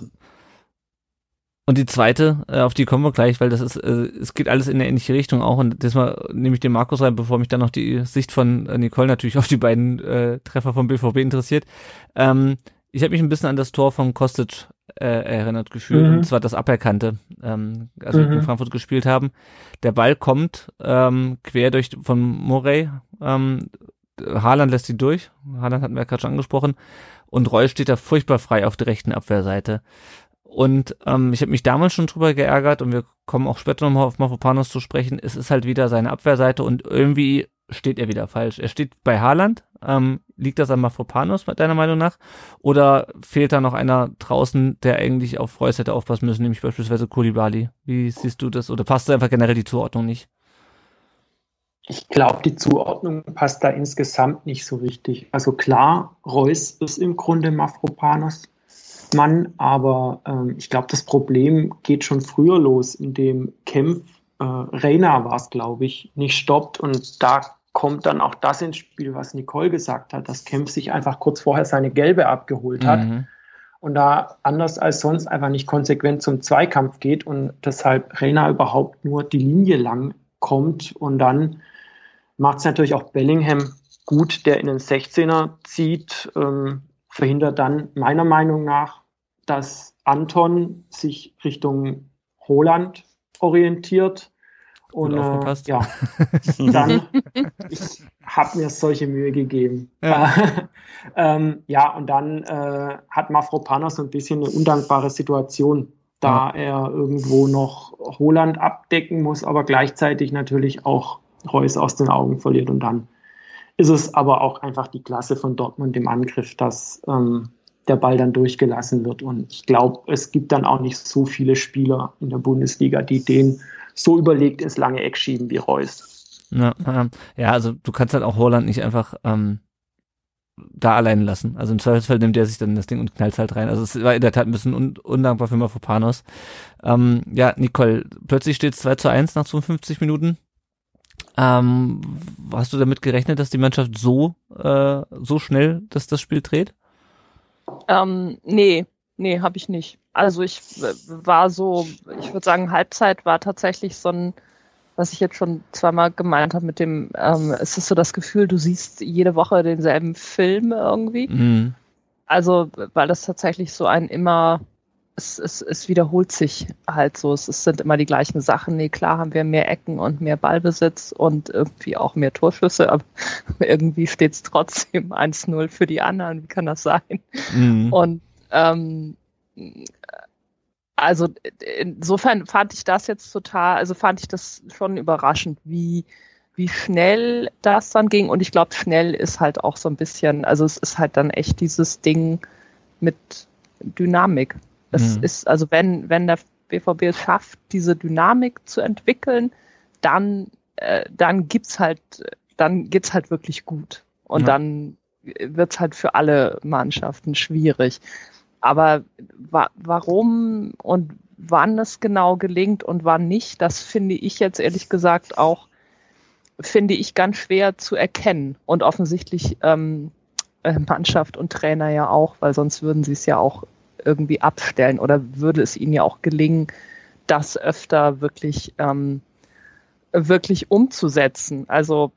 Und die zweite, äh, auf die kommen wir gleich, weil das ist, äh, es geht alles in eine ähnliche Richtung auch und diesmal nehme ich den Markus rein, bevor mich dann noch die Sicht von äh, Nicole natürlich auf die beiden äh, Treffer vom B V B interessiert. Ähm, ich habe mich ein bisschen an das Tor von Kostic äh, erinnert gefühlt, mhm. und zwar das Aberkannte, ähm, also mhm. in Frankfurt gespielt haben. Der Ball kommt ähm, quer durch von Morey, ähm, Haaland lässt sie durch, Haaland hatten wir ja gerade schon angesprochen, und Reus steht da furchtbar frei auf der rechten Abwehrseite. Und ähm, ich habe mich damals schon drüber geärgert und wir kommen auch später nochmal auf Mavropanos zu sprechen. Es ist halt wieder seine Abwehrseite und irgendwie steht er wieder falsch. Er steht bei Haaland. Ähm, liegt das an Mavropanos, deiner Meinung nach? Oder fehlt da noch einer draußen, der eigentlich auf Reus hätte aufpassen müssen, nämlich beispielsweise Koulibaly? Wie siehst du das? Oder passt da einfach generell die Zuordnung nicht? Ich glaube, die Zuordnung passt da insgesamt nicht so richtig. Also klar, Reus ist im Grunde Mavropanos Mann, aber ähm, ich glaube, das Problem geht schon früher los, indem Kempf, äh, Reina war es, glaube ich, nicht stoppt und da kommt dann auch das ins Spiel, was Nicole gesagt hat, dass Kempf sich einfach kurz vorher seine Gelbe abgeholt hat mhm. und da anders als sonst einfach nicht konsequent zum Zweikampf geht und deshalb Reina überhaupt nur die Linie lang kommt und dann macht es natürlich auch Bellingham gut, der in den sechzehner zieht, ähm, verhindert dann meiner Meinung nach, dass Anton sich Richtung Haaland orientiert. Und äh, ja, dann, ich habe mir solche Mühe gegeben. Ja, ähm, ja und dann äh, hat Mavropanos so ein bisschen eine undankbare Situation, da ja. er irgendwo noch Haaland abdecken muss, aber gleichzeitig natürlich auch Reus aus den Augen verliert. Und dann ist es aber auch einfach die Klasse von Dortmund im Angriff, dass ähm, der Ball dann durchgelassen wird. Und ich glaube, es gibt dann auch nicht so viele Spieler in der Bundesliga, die den so überlegt ins lange Eck schieben wie Reus. Ja, ähm, ja, also du kannst halt auch Haaland nicht einfach ähm, da allein lassen. Also im Zweifelsfall nimmt er sich dann das Ding und knallt halt rein. Also es war in der Tat ein bisschen un- undankbar für Mavropanos. Ähm, ja, Nicole, plötzlich steht es zwei zu eins nach zweiundfünfzig Minuten. Ähm, hast du damit gerechnet, dass die Mannschaft so äh, so schnell dass das Spiel dreht? Ähm, nee, nee, habe ich nicht. Also ich äh, war so, ich würde sagen, Halbzeit war tatsächlich so ein, was ich jetzt schon zweimal gemeint habe mit dem, ähm, es ist so das Gefühl, du siehst jede Woche denselben Film irgendwie. Mhm. Also, weil das tatsächlich so ein immer, es, es, es wiederholt sich halt so, es, es sind immer die gleichen Sachen. Nee, klar haben wir mehr Ecken und mehr Ballbesitz und irgendwie auch mehr Torschüsse, aber irgendwie steht es trotzdem eins null für die anderen. Wie kann das sein? Mhm. Und ähm, also insofern fand ich das jetzt total, also fand ich das schon überraschend, wie, wie schnell das dann ging. Und ich glaube, schnell ist halt auch so ein bisschen, also es ist halt dann echt dieses Ding mit Dynamik. Es Mhm. ist, also wenn, wenn der B V B es schafft, diese Dynamik zu entwickeln, dann, äh, dann gibt's halt, dann geht's halt wirklich gut. Und Ja. dann wird's halt für alle Mannschaften schwierig. Aber wa- warum und wann es genau gelingt und wann nicht, das finde ich jetzt ehrlich gesagt auch, finde ich ganz schwer zu erkennen. Und offensichtlich ähm, äh, Mannschaft und Trainer ja auch, weil sonst würden sie es ja auch irgendwie abstellen oder würde es ihnen ja auch gelingen, das öfter wirklich, ähm, wirklich umzusetzen. Also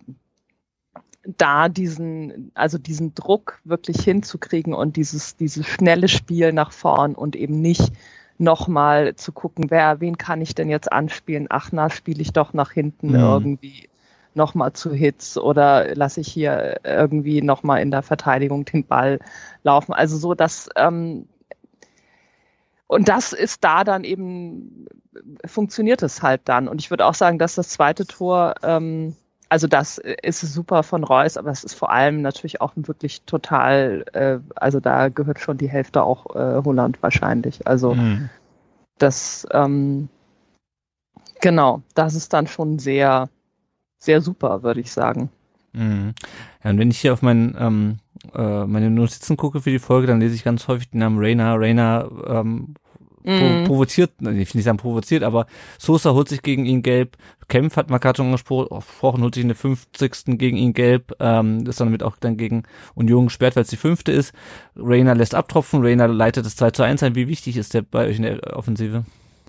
da diesen, also diesen Druck wirklich hinzukriegen und dieses, dieses schnelle Spiel nach vorn und eben nicht nochmal zu gucken, wer, wen kann ich denn jetzt anspielen? Ach, na, spiele ich doch nach hinten Mhm. irgendwie nochmal zu Hits oder lasse ich hier irgendwie nochmal in der Verteidigung den Ball laufen? Also so, dass, ähm, und das ist da dann eben, funktioniert es halt dann. Und ich würde auch sagen, dass das zweite Tor, ähm, also das ist super von Reus, aber es ist vor allem natürlich auch wirklich total, äh, also da gehört schon die Hälfte auch äh, Holland wahrscheinlich. Also Mhm. das, ähm, genau, das ist dann schon sehr, sehr super, würde ich sagen. Mhm. Ja, und wenn ich hier auf mein, ähm, äh, meine Notizen gucke für die Folge, dann lese ich ganz häufig den Namen Reina. Reina ähm, pro Mhm. provoziert, ne, ich will nicht sagen provoziert, aber Sosa holt sich gegen ihn gelb. Kempf hat Makato angesprochen, holt sich in der fünfzigsten gegen ihn gelb. Ähm, ist dann damit auch dann gegen Union gesperrt, weil es die fünfte ist. Reina lässt abtropfen, Reina leitet das zwei zu eins ein. Wie wichtig ist der bei euch in der Offensive?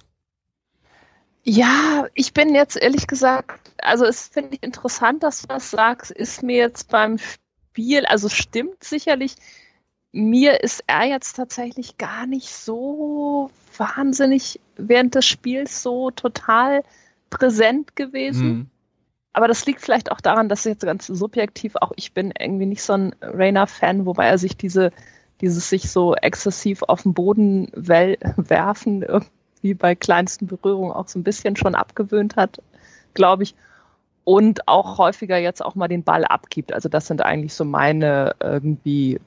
Ja, ich bin jetzt ehrlich gesagt, also es finde ich interessant, dass du das sagst, ist mir jetzt beim Spiel, also stimmt sicherlich, mir ist er jetzt tatsächlich gar nicht so wahnsinnig während des Spiels so total präsent gewesen. Mhm. Aber das liegt vielleicht auch daran, dass jetzt ganz subjektiv auch ich bin irgendwie nicht so ein Reina-Fan, wobei er sich diese, dieses sich so exzessiv auf den Boden wel- werfen irgendwie bei kleinsten Berührungen auch so ein bisschen schon abgewöhnt hat, glaube ich. Und auch häufiger jetzt auch mal den Ball abgibt. Also das sind eigentlich so meine irgendwie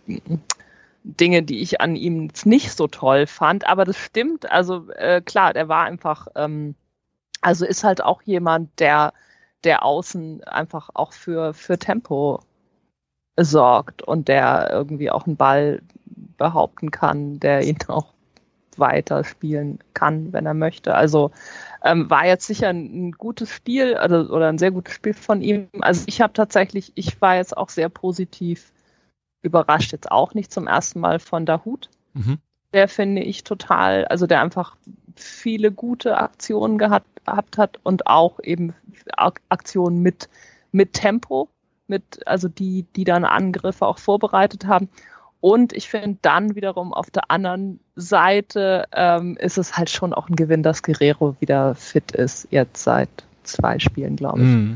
Dinge, die ich an ihm jetzt nicht so toll fand. Aber das stimmt. Also äh, klar, der war einfach, ähm, also ist halt auch jemand, der, der außen einfach auch für, für Tempo sorgt und der irgendwie auch einen Ball behaupten kann, der ihn auch weiter spielen kann, wenn er möchte. Also ähm, war jetzt sicher ein, ein gutes Spiel also, oder ein sehr gutes Spiel von ihm. Also ich habe tatsächlich, ich war jetzt auch sehr positiv überrascht, jetzt auch nicht zum ersten Mal von Dahoud. Mhm. Der finde ich total, also der einfach viele gute Aktionen gehabt, gehabt hat und auch eben Aktionen mit, mit Tempo, mit, also die, die dann Angriffe auch vorbereitet haben. Und ich finde dann wiederum auf der anderen Seite ähm, ist es halt schon auch ein Gewinn, dass Guerrero wieder fit ist, jetzt seit zwei Spielen, glaube ich. Mhm.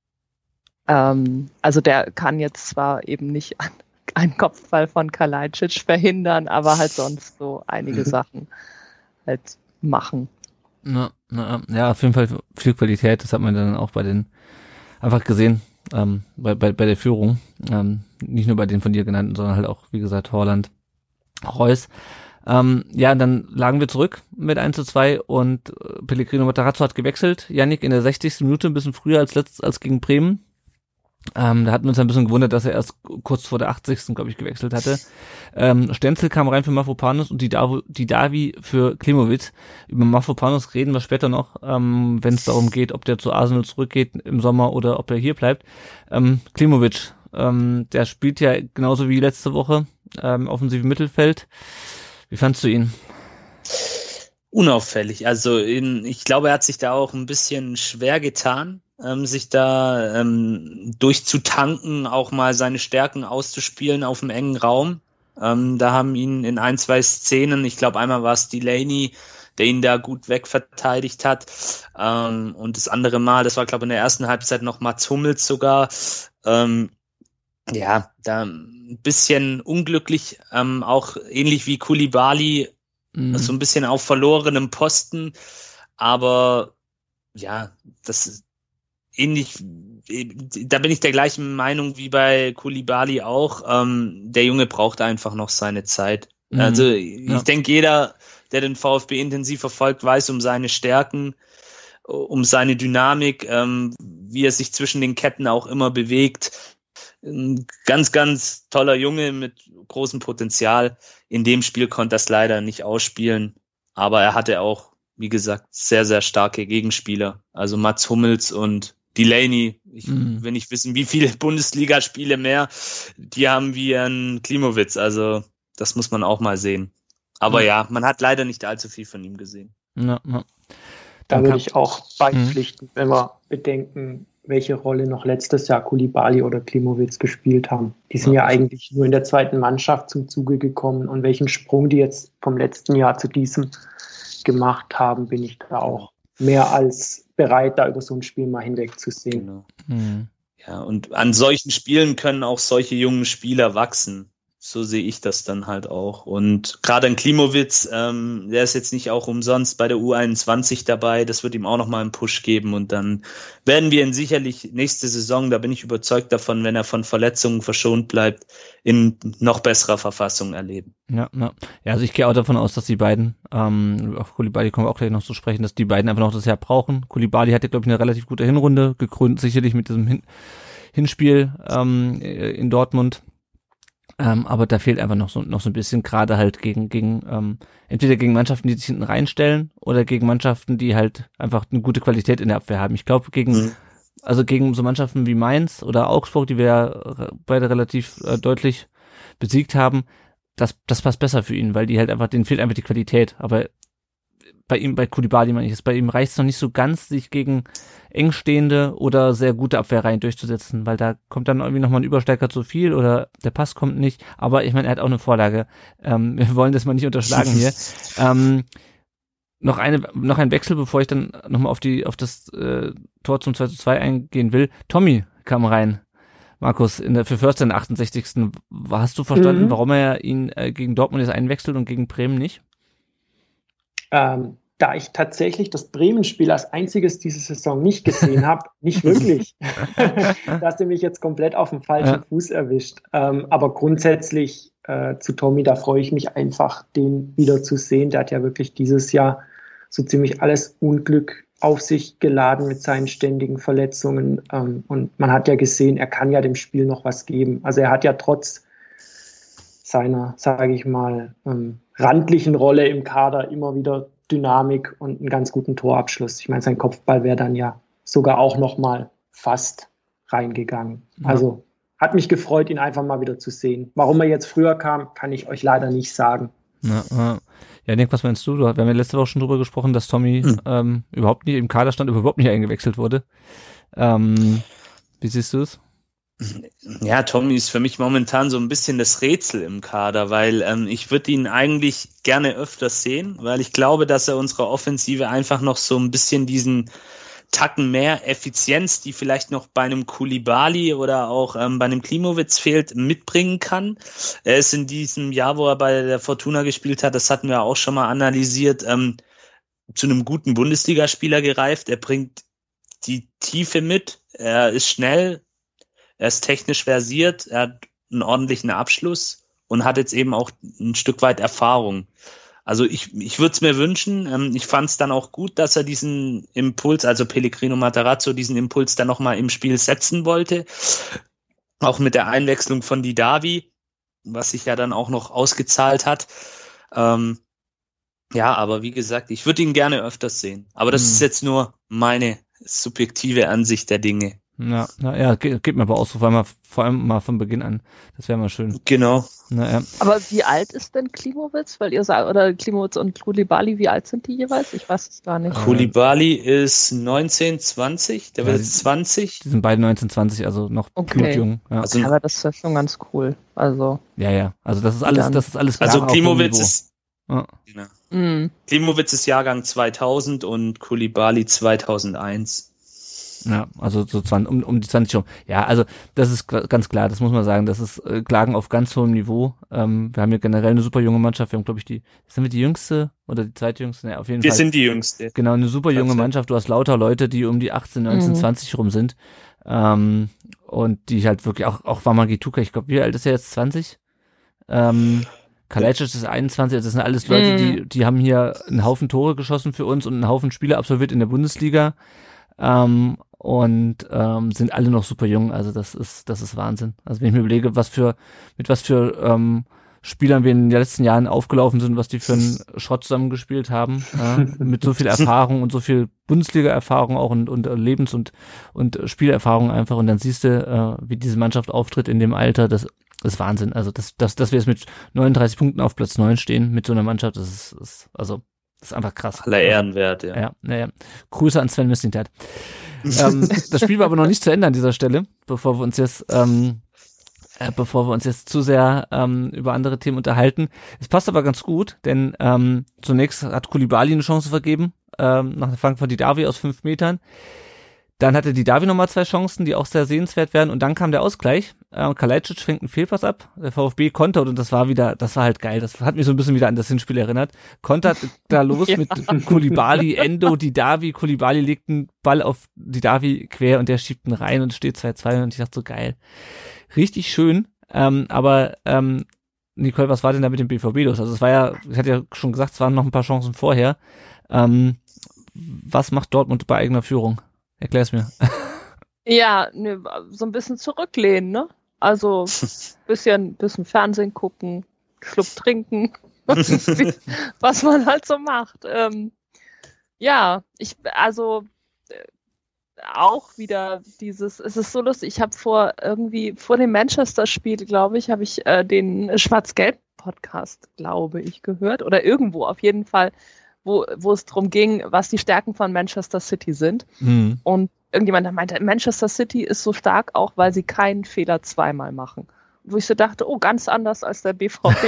Ähm, also der kann jetzt zwar eben nicht einen Kopfball von Kalajdzic verhindern, aber halt sonst so einige Sachen halt machen. Na, na, ja, auf jeden Fall viel Qualität, das hat man dann auch bei den einfach gesehen, ähm, bei, bei, bei der Führung. Ähm, nicht nur bei den von dir genannten, sondern halt auch, wie gesagt, Haaland, Reus. Ähm, ja, dann lagen wir zurück mit eins zu zwei und äh, Pellegrino Matarazzo hat gewechselt. Yannick in der sechzigsten Minute, ein bisschen früher als letzt, als gegen Bremen. Ähm, da hatten wir uns ein bisschen gewundert, dass er erst kurz vor der achtzigsten glaube ich, gewechselt hatte. Ähm, Stenzel kam rein für Mavropanos und die Davi, die Davi für Klimowitz. Über Mavropanos reden wir später noch, ähm, wenn es darum geht, ob der zu Arsenal zurückgeht im Sommer oder ob er hier bleibt. Ähm, Klimowitz, ähm, der spielt ja genauso wie letzte Woche ähm, offensiv im Mittelfeld. Wie fandst du ihn? Unauffällig. Also in, ich glaube, er hat sich da auch ein bisschen schwer getan, ähm, sich da ähm, durchzutanken, auch mal seine Stärken auszuspielen auf dem engen Raum. Ähm, da haben ihn in ein, zwei Szenen, ich glaube einmal war es Delaney, der ihn da gut wegverteidigt hat. Ähm, und das andere Mal, das war glaube ich in der ersten Halbzeit noch Mats Hummels sogar. Ähm, ja, da ein bisschen unglücklich, ähm, auch ähnlich wie Koulibaly, mhm. so ein bisschen auf verlorenem Posten. Aber ja, das ist ähnlich, da bin ich der gleichen Meinung wie bei Koulibaly auch. Ähm, der Junge braucht einfach noch seine Zeit. Mhm. Also ich ja. denke, jeder, der den VfB intensiv verfolgt, weiß um seine Stärken, um seine Dynamik, ähm, wie er sich zwischen den Ketten auch immer bewegt. Ein ganz, ganz toller Junge mit großem Potenzial. In dem Spiel konnte er es leider nicht ausspielen, aber er hatte auch, wie gesagt, sehr, sehr starke Gegenspieler. Also Mats Hummels und Delaney, ich mhm. will nicht wissen, wie viele Bundesligaspiele mehr die haben wie ein Klimowitz. Also das muss man auch mal sehen. Aber mhm. ja, man hat leider nicht allzu viel von ihm gesehen. Ja, ja. Da würde ich auch beipflichten, mhm. wenn wir bedenken, welche Rolle noch letztes Jahr Koulibaly oder Klimowitz gespielt haben. Die sind ja. ja eigentlich nur in der zweiten Mannschaft zum Zuge gekommen und welchen Sprung die jetzt vom letzten Jahr zu diesem gemacht haben, bin ich da auch mehr als bereit, da über so ein Spiel mal hinwegzusehen. Genau. Mhm. Ja, und an solchen Spielen können auch solche jungen Spieler wachsen. So sehe ich das dann halt auch. Und gerade ein Klimowitz, ähm, der ist jetzt nicht auch umsonst bei der U einundzwanzig dabei. Das wird ihm auch nochmal einen Push geben. Und dann werden wir ihn sicherlich nächste Saison, da bin ich überzeugt davon, wenn er von Verletzungen verschont bleibt, in noch besserer Verfassung erleben. Ja, ja. ja also ich gehe auch davon aus, dass die beiden, ähm, auf Koulibaly kommen wir auch gleich noch zu sprechen, dass die beiden einfach noch das Jahr brauchen. Koulibaly hatte, glaube ich, eine relativ gute Hinrunde, gekrönt sicherlich mit diesem Hin- Hinspiel ähm, in Dortmund. Ähm, aber da fehlt einfach noch so noch so ein bisschen, gerade halt gegen gegen ähm, entweder gegen Mannschaften, die sich hinten reinstellen, oder gegen Mannschaften, die halt einfach eine gute Qualität in der Abwehr haben. Ich glaube gegen mhm. also gegen so Mannschaften wie Mainz oder Augsburg, die wir ja beide relativ äh, deutlich besiegt haben, das das passt besser für ihn, weil die halt einfach, denen fehlt einfach die Qualität. Aber bei ihm, bei Koulibaly meine ich es, bei ihm reicht es noch nicht so ganz, sich gegen engstehende oder sehr gute Abwehrreihen durchzusetzen, weil da kommt dann irgendwie nochmal ein Übersteiger zu viel oder der Pass kommt nicht, aber ich meine, er hat auch eine Vorlage. Ähm, wir wollen das mal nicht unterschlagen hier. ähm, noch eine, noch ein Wechsel, bevor ich dann nochmal auf die, auf das äh, Tor zum zwei zu zwei eingehen will. Tommy kam rein. Markus, in der, für Förster in der achtundsechzigsten Hast du verstanden, mhm. warum er ihn äh, gegen Dortmund jetzt einwechselt und gegen Bremen nicht? Ähm, da ich tatsächlich das Bremen-Spiel als einziges diese Saison nicht gesehen habe, nicht wirklich. Da hast du mich jetzt komplett auf dem falschen ja. Fuß erwischt. Ähm, aber grundsätzlich äh, zu Tommy, da freue ich mich einfach, den wieder zu sehen. Der hat ja wirklich dieses Jahr so ziemlich alles Unglück auf sich geladen mit seinen ständigen Verletzungen. Ähm, und man hat ja gesehen, er kann ja dem Spiel noch was geben. Also er hat ja trotz seiner, sage ich mal, ähm, randlichen Rolle im Kader immer wieder Dynamik und einen ganz guten Torabschluss. Ich meine, sein Kopfball wäre dann ja sogar auch noch mal fast reingegangen. Ja. Also hat mich gefreut, ihn einfach mal wieder zu sehen. Warum er jetzt früher kam, kann ich euch leider nicht sagen. Ja, ja. ja Nick, was meinst du? Wir haben ja letzte Woche schon drüber gesprochen, dass Tommy hm. ähm, überhaupt nicht im Kader stand, überhaupt nicht eingewechselt wurde. Ähm, wie siehst du es? Ja, Tommy ist für mich momentan so ein bisschen das Rätsel im Kader, weil ähm, ich würde ihn eigentlich gerne öfter sehen, weil ich glaube, dass er unserer Offensive einfach noch so ein bisschen diesen Tacken mehr Effizienz, die vielleicht noch bei einem Koulibaly oder auch ähm, bei einem Klimowitz fehlt, mitbringen kann. Er ist in diesem Jahr, wo er bei der Fortuna gespielt hat, das hatten wir auch schon mal analysiert, ähm, zu einem guten Bundesligaspieler gereift. Er bringt die Tiefe mit, er ist schnell, er ist technisch versiert, er hat einen ordentlichen Abschluss und hat jetzt eben auch ein Stück weit Erfahrung. Also ich, ich würde es mir wünschen. Ähm, ich fand es dann auch gut, dass er diesen Impuls, also Pellegrino Matarazzo, diesen Impuls dann nochmal im Spiel setzen wollte. Auch mit der Einwechslung von Didavi, was sich ja dann auch noch ausgezahlt hat. Ähm, ja, aber wie gesagt, ich würde ihn gerne öfters sehen. Aber das hm. ist jetzt nur meine subjektive Ansicht der Dinge. Ja, na, ja, geht, geht mir aber auch so, vor allem, mal, vor allem mal von Beginn an. Das wäre mal schön. Genau. Na, ja. Aber wie alt ist denn Klimowitz? Weil ihr sagt, oder Klimowitz und Koulibaly, wie alt sind die jeweils? Ich weiß es gar nicht. Koulibaly ist neunzehn, zwanzig, der ja, wird zwanzig. Die sind beide neunzehn, zwanzig, also noch okay. blutjung. Ja. Also, aber das ist ja schon ganz cool. Also. Ja, ja. Also das ist alles, das ist alles klar. Also Klimowitz ist, ja. genau. Mhm. Klimowitz ist Jahrgang zweitausend und Koulibaly zweitausendeins. Ja, also so zwanzig, um, um die zwanzig rum. Ja, also das ist ganz klar, das muss man sagen, das ist äh, Klagen auf ganz hohem Niveau. Ähm, wir haben hier generell eine super junge Mannschaft, wir haben, glaube ich, die, sind wir die jüngste oder die zweitjüngste? Ne, auf jeden wir Fall. Wir sind die jüngste. Genau, eine super junge Mannschaft, du hast lauter Leute, die um die achtzehn, neunzehn, mhm. zwanzig rum sind. Ähm, und die halt wirklich, auch, auch Wamagituka, ich glaube, wie alt ist er jetzt? zwanzig? Ähm, Kalajdzic ist einundzwanzig, also das sind alles Leute, mhm. die, die haben hier einen Haufen Tore geschossen für uns und einen Haufen Spiele absolviert in der Bundesliga. Ähm, und ähm, sind alle noch super jung, also das ist das ist Wahnsinn. Also wenn ich mir überlege, was für mit was für ähm, Spielern wir in den letzten Jahren aufgelaufen sind, was die für einen Schrott zusammengespielt haben, ja, mit so viel Erfahrung und so viel Bundesliga-Erfahrung auch und, und Lebens- und und Spielerfahrung einfach, und dann siehst du, äh, wie diese Mannschaft auftritt in dem Alter, das ist Wahnsinn. Also das das dass wir jetzt mit neununddreißig Punkten auf Platz neun stehen mit so einer Mannschaft, das ist, ist also das ist einfach krass. Aller Ehrenwert, ja. Ja, naja. Grüße an Sven Mislintat. ähm, das Spiel war aber noch nicht zu Ende an dieser Stelle, bevor wir uns jetzt, ähm, äh, bevor wir uns jetzt zu sehr ähm, über andere Themen unterhalten. Es passt aber ganz gut, denn ähm, zunächst hat Koulibaly eine Chance vergeben, ähm, nach der Flanke von Didavi aus fünf Metern. Dann hatte Didavi nochmal zwei Chancen, die auch sehr sehenswert werden, und dann kam der Ausgleich. Äh, Kalajdzic fängt einen Fehlpass ab, der VfB kontert, und das war wieder, das war halt geil. Das hat mich so ein bisschen wieder an das Hinspiel erinnert. Kontert da los ja. mit Koulibaly, Endo, Didavi. Koulibaly legt einen Ball auf Didavi quer und der schiebt ihn rein und steht zwei zwei, und ich dachte so, geil. Richtig schön, ähm, aber ähm, Nicole, was war denn da mit dem B V B los? Also es war ja, ich hatte ja schon gesagt, es waren noch ein paar Chancen vorher. Ähm, was macht Dortmund bei eigener Führung? Erklär's mir. Ja, ne, so ein bisschen zurücklehnen, ne? Also bisschen, bisschen Fernsehen gucken, Schluck trinken, was man halt so macht. Ähm, ja, ich, also äh, auch wieder dieses, es ist so lustig, ich habe vor irgendwie, vor dem Manchester-Spiel, glaube ich, habe ich äh, den Schwarz-Gelb-Podcast, glaube ich, gehört, oder irgendwo auf jeden Fall, wo, wo es darum ging, was die Stärken von Manchester City sind. Mhm. Und irgendjemand meinte, Manchester City ist so stark auch, weil sie keinen Fehler zweimal machen. Wo ich so dachte, oh, ganz anders als der B V B.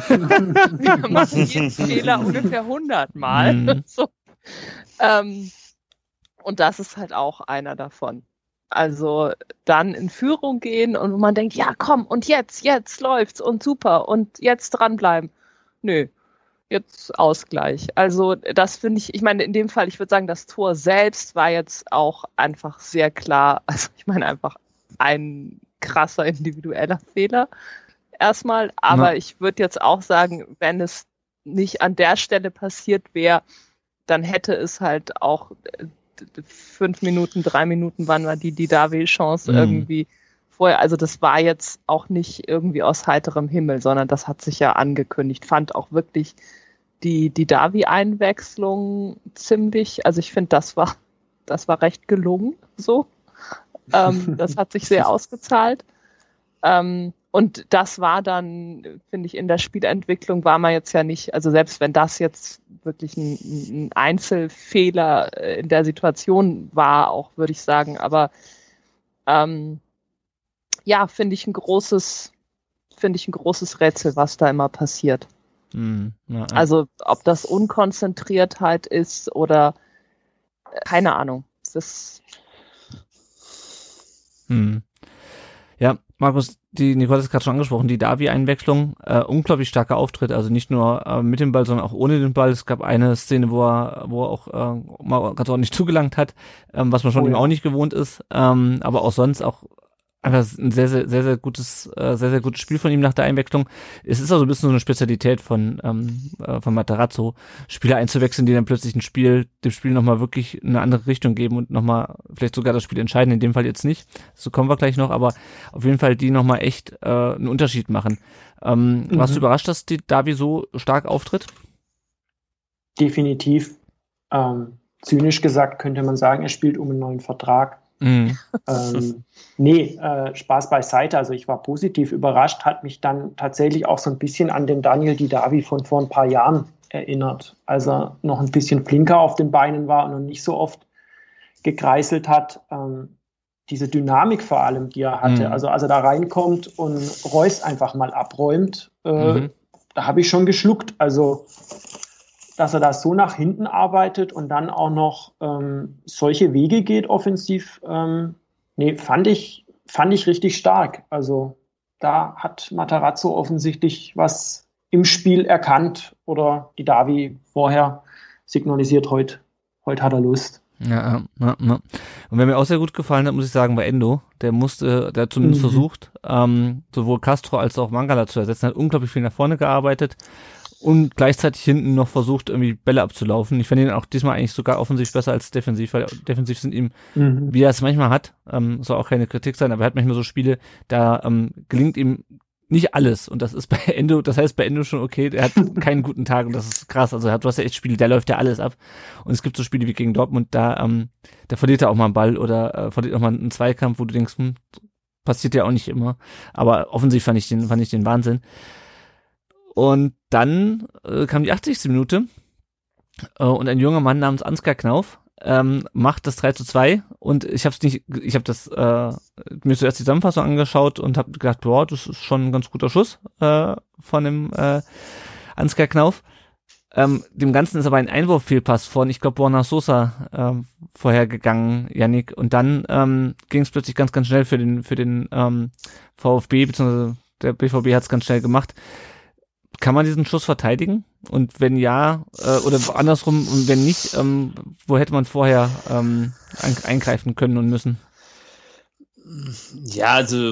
Wir machen jeden Fehler ungefähr hundert Mal. Mhm. So. Ähm, und das ist halt auch einer davon. Also dann in Führung gehen und wo man denkt, ja komm, und jetzt, jetzt läuft's und super und jetzt dranbleiben. Nö. Jetzt Ausgleich. Also das finde ich, ich meine in dem Fall, ich würde sagen, das Tor selbst war jetzt auch einfach sehr klar, also ich meine einfach ein krasser individueller Fehler erstmal, aber ja. Ich würde jetzt auch sagen, wenn es nicht an der Stelle passiert wäre, dann hätte es halt auch fünf Minuten, drei Minuten, wann war die Didavi-Chance mhm. irgendwie vorher, also das war jetzt auch nicht irgendwie aus heiterem Himmel, sondern das hat sich ja angekündigt. Fand auch wirklich die, die Davi-Einwechslung ziemlich, also ich finde, das war, das war recht gelungen, so. Ähm, das hat sich sehr ausgezahlt. Ähm, und das war dann, finde ich, in der Spielentwicklung war man jetzt ja nicht, also selbst wenn das jetzt wirklich ein, ein Einzelfehler in der Situation war, auch würde ich sagen, aber ähm, ja, finde ich ein großes, finde ich ein großes Rätsel, was da immer passiert. Mm, ja, ja. Also, ob das Unkonzentriertheit ist oder keine Ahnung. Das hm. Ja, Markus, die Nicole hat es gerade schon angesprochen, die Davi-Einwechslung, äh, unglaublich starker Auftritt, also nicht nur äh, mit dem Ball, sondern auch ohne den Ball. Es gab eine Szene, wo er, wo er auch äh, mal ganz ordentlich zugelangt hat, ähm, was man schon oh, ihm ja. auch nicht gewohnt ist, ähm, aber auch sonst auch einfach ein sehr, sehr, sehr, sehr gutes, äh, sehr, sehr gutes Spiel von ihm nach der Einwechslung. Es ist also ein bisschen so eine Spezialität von, ähm, äh, von Matarazzo, Spieler einzuwechseln, die dann plötzlich ein Spiel, dem Spiel nochmal wirklich eine andere Richtung geben und nochmal vielleicht sogar das Spiel entscheiden, in dem Fall jetzt nicht. So kommen wir gleich noch, aber auf jeden Fall die nochmal echt äh, einen Unterschied machen. Ähm, mhm. Warst du überrascht, dass die Davi so stark auftritt? Definitiv. Ähm, zynisch gesagt könnte man sagen, er spielt um einen neuen Vertrag. Mhm. ähm, nee, äh, Spaß beiseite. Also ich war positiv überrascht, hat mich dann tatsächlich auch so ein bisschen an den Daniel Didavi von vor ein paar Jahren erinnert, als er noch ein bisschen flinker auf den Beinen war und noch nicht so oft gekreiselt hat. Ähm, diese Dynamik vor allem, die er hatte, mhm. also als er da reinkommt und Reus einfach mal abräumt, äh, mhm. da habe ich schon geschluckt. Also dass er da so nach hinten arbeitet und dann auch noch ähm, solche Wege geht offensiv, ähm, nee, fand ich, fand ich richtig stark. Also da hat Matarazzo offensichtlich was im Spiel erkannt oder die Davi vorher signalisiert, heute heut hat er Lust. Ja, ja, ja. Und wer mir auch sehr gut gefallen hat, muss ich sagen, war Endo. Der musste, der hat zumindest mhm. versucht, ähm, sowohl Castro als auch Mangala zu ersetzen, hat unglaublich viel nach vorne gearbeitet. Und gleichzeitig hinten noch versucht, irgendwie Bälle abzulaufen. Ich fand ihn auch diesmal eigentlich sogar offensiv besser als defensiv, weil defensiv sind ihm, mhm. wie er es manchmal hat, ähm, soll auch keine Kritik sein, aber er hat manchmal so Spiele, da ähm, gelingt ihm nicht alles. Und das ist bei Endo, das heißt bei Endo schon okay, der hat keinen guten Tag und das ist krass. Also du hast ja echt Spiele, da läuft ja alles ab. Und es gibt so Spiele wie gegen Dortmund, da, ähm, da verliert er auch mal einen Ball oder äh, verliert auch mal einen Zweikampf, wo du denkst, hm, passiert ja auch nicht immer. Aber offensiv fand ich den, fand ich den Wahnsinn. Und dann äh, kam die achtzigste Minute äh, und ein junger Mann namens Ansgar Knauf ähm, macht das drei zu zwei und ich habe es nicht, ich habe das äh, mir zuerst die Zusammenfassung angeschaut und habe gedacht, boah, das ist schon ein ganz guter Schuss äh, von dem äh, Ansgar Knauf. Ähm, dem Ganzen ist aber ein Einwurffehlpass von, ich glaube, Borna Sosa äh, vorhergegangen, Yannick. Und dann ähm, ging es plötzlich ganz, ganz schnell für den für den ähm, VfB, beziehungsweise der B V B hat es ganz schnell gemacht. Kann man diesen Schuss verteidigen? Und wenn ja, äh, oder andersrum, und wenn nicht, ähm, wo hätte man vorher ähm, ein, eingreifen können und müssen? Ja, also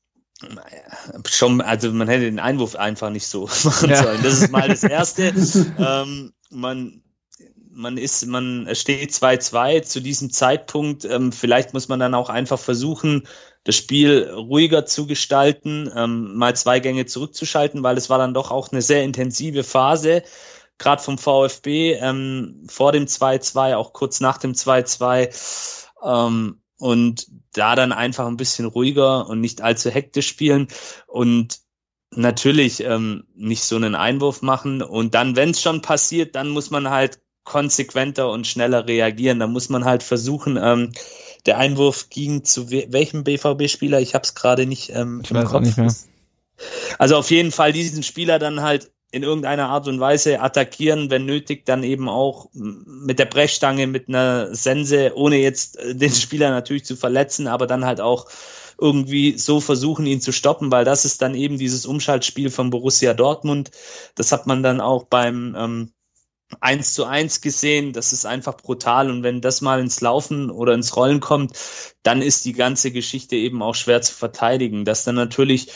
schon, also man hätte den Einwurf einfach nicht so machen ja. sollen. Das ist mal das Erste. ähm, man man ist, man es steht zwei zwei zu diesem Zeitpunkt. Ähm, vielleicht muss man dann auch einfach versuchen, das Spiel ruhiger zu gestalten, ähm, mal zwei Gänge zurückzuschalten, weil es war dann doch auch eine sehr intensive Phase, gerade vom VfB, ähm, vor dem zwei zwei, auch kurz nach dem zwei zwei, ähm, und da dann einfach ein bisschen ruhiger und nicht allzu hektisch spielen und natürlich ähm, nicht so einen Einwurf machen und dann, wenn es schon passiert, dann muss man halt konsequenter und schneller reagieren. Da muss man halt versuchen, ähm, der Einwurf ging zu we- welchem B V B-Spieler? Ich habe es gerade nicht ähm, ich weiß auch nicht mehr. Also auf jeden Fall diesen Spieler dann halt in irgendeiner Art und Weise attackieren, wenn nötig, dann eben auch mit der Brechstange, mit einer Sense, ohne jetzt den Spieler natürlich zu verletzen, aber dann halt auch irgendwie so versuchen, ihn zu stoppen, weil das ist dann eben dieses Umschaltspiel von Borussia Dortmund. Das hat man dann auch beim ähm, eins zu eins gesehen, das ist einfach brutal und wenn das mal ins Laufen oder ins Rollen kommt, dann ist die ganze Geschichte eben auch schwer zu verteidigen, dass dann natürlich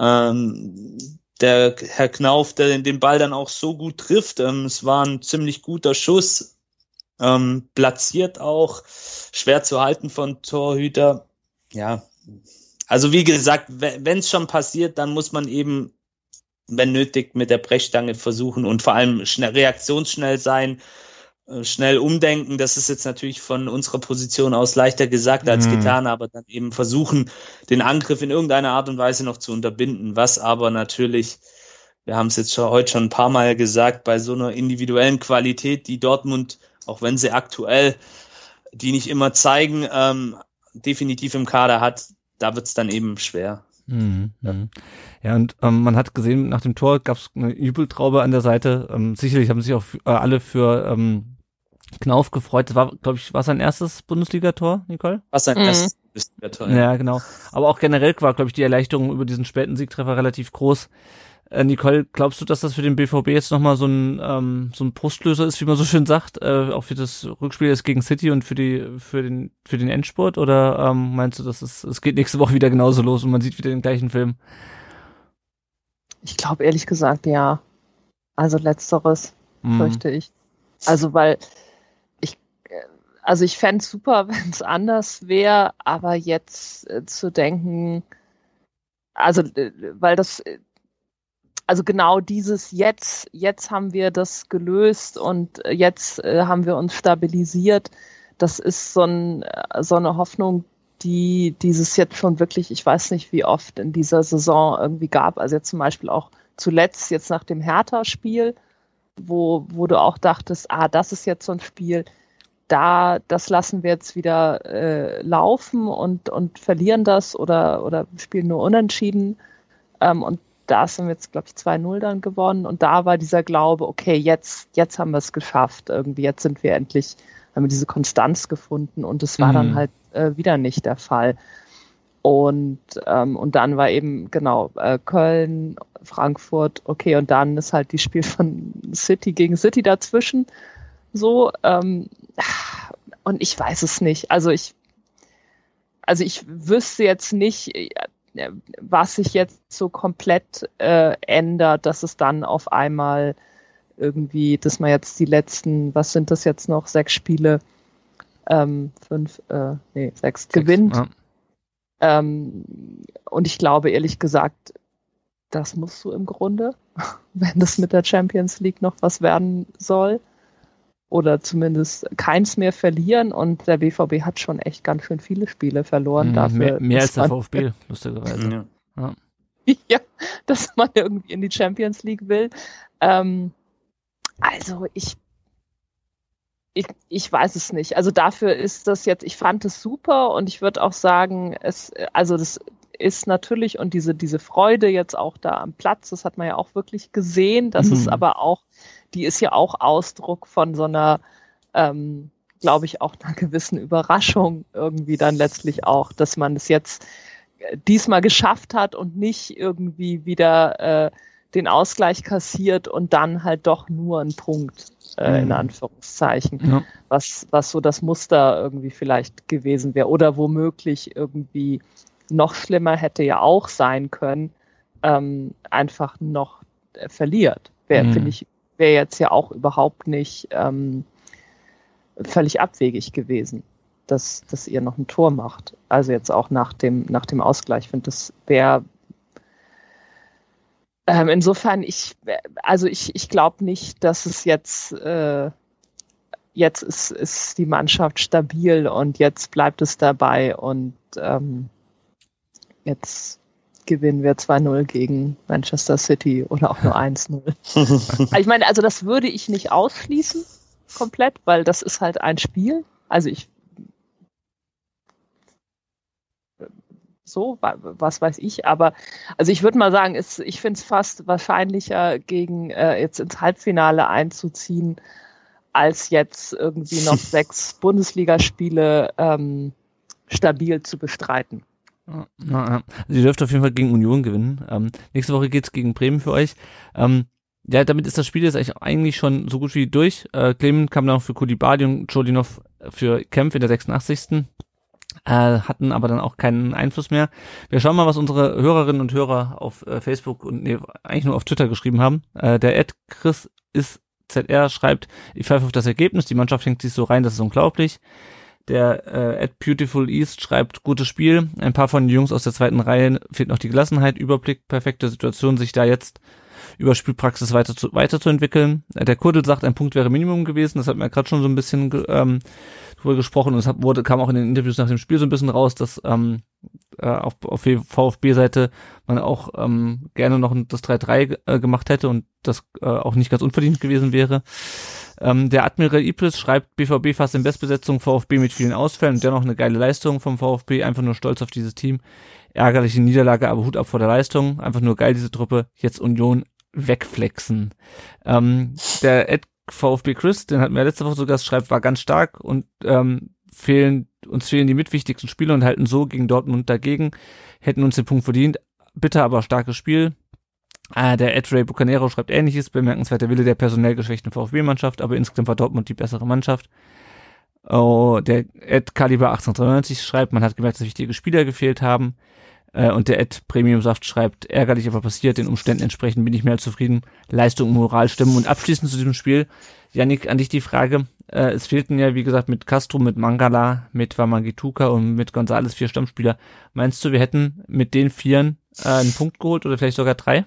ähm, der Herr Knauf, der den Ball dann auch so gut trifft, ähm, es war ein ziemlich guter Schuss, ähm, platziert auch, schwer zu halten von Torhüter, ja, also wie gesagt, wenn es schon passiert, dann muss man eben wenn nötig, mit der Brechstange versuchen und vor allem schnell, reaktionsschnell sein, äh, schnell umdenken. Das ist jetzt natürlich von unserer Position aus leichter gesagt als mhm. getan, aber dann eben versuchen, den Angriff in irgendeiner Art und Weise noch zu unterbinden, was aber natürlich, wir haben es jetzt schon, heute schon ein paar Mal gesagt, bei so einer individuellen Qualität, die Dortmund, auch wenn sie aktuell die nicht immer zeigen, ähm, definitiv im Kader hat, da wird es dann eben schwer. Mhm, ja. ja, und ähm, man hat gesehen, nach dem Tor gab es eine Jubeltraube an der Seite. Ähm, sicherlich haben sich auch äh, alle für ähm, Knauf gefreut. Das war, glaube ich, war sein erstes Bundesligator, Nicole? War sein mhm. erstes Bundesligator, ja. Ja, genau. Aber auch generell war, glaube ich, die Erleichterung über diesen späten Siegtreffer relativ groß. Äh, Nicole, glaubst du, dass das für den B V B jetzt nochmal so ein ähm, so ein Brustlöser ist, wie man so schön sagt, äh, auch für das Rückspiel jetzt gegen City und für die für den für den Endspurt? Oder ähm, meinst du, dass es es geht nächste Woche wieder genauso los und man sieht wieder den gleichen Film? Ich glaube ehrlich gesagt, ja. Also letzteres, mm. fürchte ich. Also weil ich, also ich fände es super, wenn es anders wäre, aber jetzt äh, zu denken, also äh, weil das, äh, also genau dieses jetzt, jetzt haben wir das gelöst und jetzt äh, haben wir uns stabilisiert, das ist so, ein, so eine Hoffnung, die dieses jetzt schon wirklich, ich weiß nicht wie oft in dieser Saison irgendwie gab, also jetzt zum Beispiel auch zuletzt jetzt nach dem Hertha-Spiel, wo, wo du auch dachtest, ah, das ist jetzt so ein Spiel, da, das lassen wir jetzt wieder äh, laufen und, und verlieren das oder, oder spielen nur unentschieden. Ähm, und da sind wir jetzt, glaube ich, zwei null dann gewonnen. Und da war dieser Glaube, okay, jetzt, jetzt haben wir es geschafft. Irgendwie, jetzt sind wir endlich, haben wir diese Konstanz gefunden. Und es war mhm. dann halt äh, wieder nicht der Fall. Und, ähm, und dann war eben, genau, äh, Köln, Frankfurt, okay, und dann ist halt die Spiel von City gegen City dazwischen. So, ähm, und ich weiß es nicht. Also ich, also ich wüsste jetzt nicht, was sich jetzt so komplett äh, ändert, dass es dann auf einmal irgendwie, dass man jetzt die letzten, was sind das jetzt noch, sechs Spiele, ähm, fünf, äh, nee, sechs, sechs gewinnt. Ja. Ähm, und ich glaube, ehrlich gesagt, das musst du im Grunde, wenn das mit der Champions League noch was werden soll. Oder zumindest keins mehr verlieren. Und der B V B hat schon echt ganz schön viele Spiele verloren. Mhm, dafür, mehr mehr als der VfB, lustigerweise. Ja. Ja. ja, dass man irgendwie in die Champions League will. Ähm, also ich, ich, ich weiß es nicht. Also dafür ist das jetzt, ich fand es super und ich würde auch sagen, es, also das ist natürlich und diese, diese Freude jetzt auch da am Platz, das hat man ja auch wirklich gesehen, das mhm. ist aber auch, die ist ja auch Ausdruck von so einer, ähm, glaube ich, auch einer gewissen Überraschung irgendwie dann letztlich auch, dass man es jetzt diesmal geschafft hat und nicht irgendwie wieder äh, den Ausgleich kassiert und dann halt doch nur ein Punkt, äh, mhm. in Anführungszeichen, ja. was, was so das Muster irgendwie vielleicht gewesen wäre oder womöglich irgendwie noch schlimmer hätte ja auch sein können, ähm, einfach noch äh, verliert. Wäre, mhm. finde ich, wäre jetzt ja auch überhaupt nicht ähm, völlig abwegig gewesen, dass, dass ihr noch ein Tor macht. Also jetzt auch nach dem, nach dem Ausgleich. Ich finde, das wäre ähm, insofern, ich, also ich, ich glaube nicht, dass es jetzt, äh, jetzt ist, ist die Mannschaft stabil und jetzt bleibt es dabei und ähm, jetzt gewinnen wir zwei null gegen Manchester City oder auch nur eins null. Ich meine, also das würde ich nicht ausschließen komplett, weil das ist halt ein Spiel. Also ich so, was weiß ich, aber also ich würde mal sagen, ist, ich finde es fast wahrscheinlicher, gegen äh, jetzt ins Halbfinale einzuziehen, als jetzt irgendwie noch sechs Bundesligaspiele ähm, stabil zu bestreiten. Ja, ja. Also ihr dürft auf jeden Fall gegen Union gewinnen. Ähm, nächste Woche geht's gegen Bremen für euch. Ähm, ja, damit ist das Spiel jetzt eigentlich schon so gut wie durch. Äh, Clement kam dann noch für Koulibaly und Chodinov für Kempf in der sechsundachtzigsten Äh, hatten aber dann auch keinen Einfluss mehr. Wir schauen mal, was unsere Hörerinnen und Hörer auf äh, Facebook und nee, eigentlich nur auf Twitter geschrieben haben. Äh, der Ed Chris ist Z R schreibt, ich pfeife auf das Ergebnis, die Mannschaft hängt sich so rein, das ist unglaublich. Der äh, at Beautiful East schreibt, gutes Spiel. Ein paar von den Jungs aus der zweiten Reihe fehlt noch die Gelassenheit, Überblick, perfekte Situation, sich da jetzt über Spielpraxis weiter zu, weiterzuentwickeln. Äh, der Kurdel sagt, ein Punkt wäre Minimum gewesen. Das hat man ja gerade schon so ein bisschen ähm, drüber gesprochen. Und es hat, wurde, kam auch in den Interviews nach dem Spiel so ein bisschen raus, dass ähm, äh, auf, auf VfB-Seite man auch ähm, gerne noch das drei drei äh, gemacht hätte und das äh, auch nicht ganz unverdient gewesen wäre. Ähm, der Admiral Iblis schreibt, B V B fast in Bestbesetzung, VfB mit vielen Ausfällen und dennoch eine geile Leistung vom VfB, einfach nur stolz auf dieses Team. Ärgerliche Niederlage, aber Hut ab vor der Leistung, einfach nur geil, diese Truppe, jetzt Union wegflexen. Ähm, der Ed VfB Chris, den hatten wir letzte Woche sogar, schreibt, war ganz stark und ähm, fehlen uns fehlen die mitwichtigsten Spieler und halten so gegen Dortmund dagegen, hätten uns den Punkt verdient, bitter, aber starkes Spiel. Äh, der Ed Ray Bucanero schreibt Ähnliches, bemerkenswerter Wille der personell geschwächten VfB-Mannschaft, aber insgesamt war Dortmund die bessere Mannschaft. Oh, der Ed Kaliber achtzehnhundertdreiundneunzig schreibt, man hat gemerkt, dass wichtige Spieler gefehlt haben. Äh, und der Ed Premium Saft schreibt, ärgerlich, aber passiert, den Umständen entsprechend bin ich mehr als zufrieden. Leistung und Moral stimmen. Und abschließend zu diesem Spiel, Yannick, an dich die Frage, äh, es fehlten ja, wie gesagt, mit Castro, mit Mangala, mit Wamangituka und mit González vier Stammspieler. Meinst du, wir hätten mit den Vieren äh, einen Punkt geholt oder vielleicht sogar drei?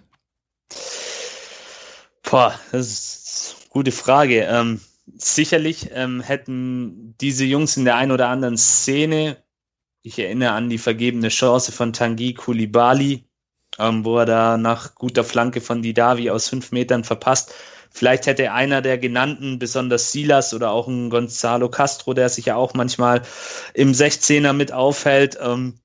Boah, das ist eine gute Frage. Ähm, sicherlich ähm, hätten diese Jungs in der einen oder anderen Szene, ich erinnere an die vergebene Chance von Tanguy Koulibaly, ähm, wo er da nach guter Flanke von Didavi aus fünf Metern verpasst. Vielleicht hätte einer der genannten, besonders Silas oder auch ein Gonzalo Castro, der sich ja auch manchmal im sechzehner mit aufhält, ähm,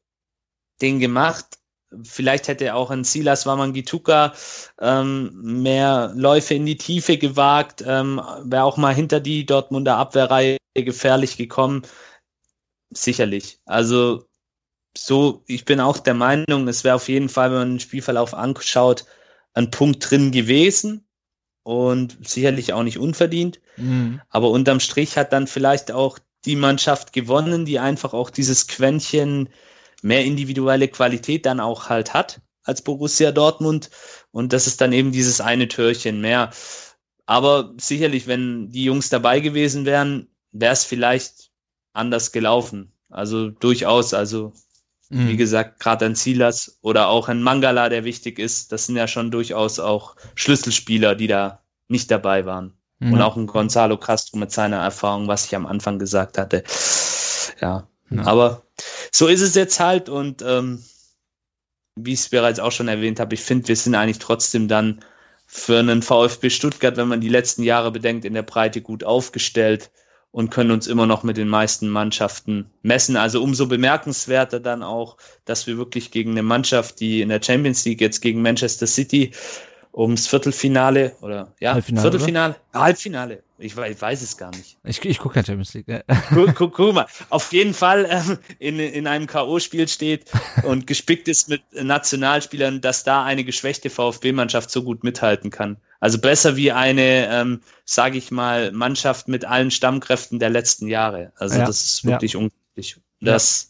den gemacht. Vielleicht hätte auch ein Silas Wamangituka ähm, mehr Läufe in die Tiefe gewagt, ähm, wäre auch mal hinter die Dortmunder Abwehrreihe gefährlich gekommen. Sicherlich. Also so, ich bin auch der Meinung, es wäre auf jeden Fall, wenn man den Spielverlauf anschaut, ein Punkt drin gewesen und sicherlich auch nicht unverdient. Mhm. Aber unterm Strich hat dann vielleicht auch die Mannschaft gewonnen, die einfach auch dieses Quäntchen mehr individuelle Qualität dann auch halt hat als Borussia Dortmund. Und das ist dann eben dieses eine Türchen mehr. Aber sicherlich, wenn die Jungs dabei gewesen wären, wäre es vielleicht anders gelaufen. Also durchaus, also mhm. wie gesagt, gerade ein Silas oder auch ein Mangala, der wichtig ist, das sind ja schon durchaus auch Schlüsselspieler, die da nicht dabei waren. Mhm. Und auch ein Gonzalo Castro mit seiner Erfahrung, was ich am Anfang gesagt hatte. Ja, ja. Aber so ist es jetzt halt und ähm, wie ich es bereits auch schon erwähnt habe, ich finde, wir sind eigentlich trotzdem dann für einen VfB Stuttgart, wenn man die letzten Jahre bedenkt, in der Breite gut aufgestellt und können uns immer noch mit den meisten Mannschaften messen. Also umso bemerkenswerter dann auch, dass wir wirklich gegen eine Mannschaft, die in der Champions League jetzt gegen Manchester City ums Viertelfinale oder ja, Halbfinale, Viertelfinale, oder? Halbfinale. Ich, ich weiß es gar nicht. Ich, ich gucke kein Champions League. Ja. Guck, guck, guck mal, auf jeden Fall ähm, in, in einem K O-Spiel steht und gespickt ist mit Nationalspielern, dass da eine geschwächte VfB-Mannschaft so gut mithalten kann. Also besser wie eine, ähm, sage ich mal, Mannschaft mit allen Stammkräften der letzten Jahre. Also ja, das ist wirklich ja. unglaublich. Das,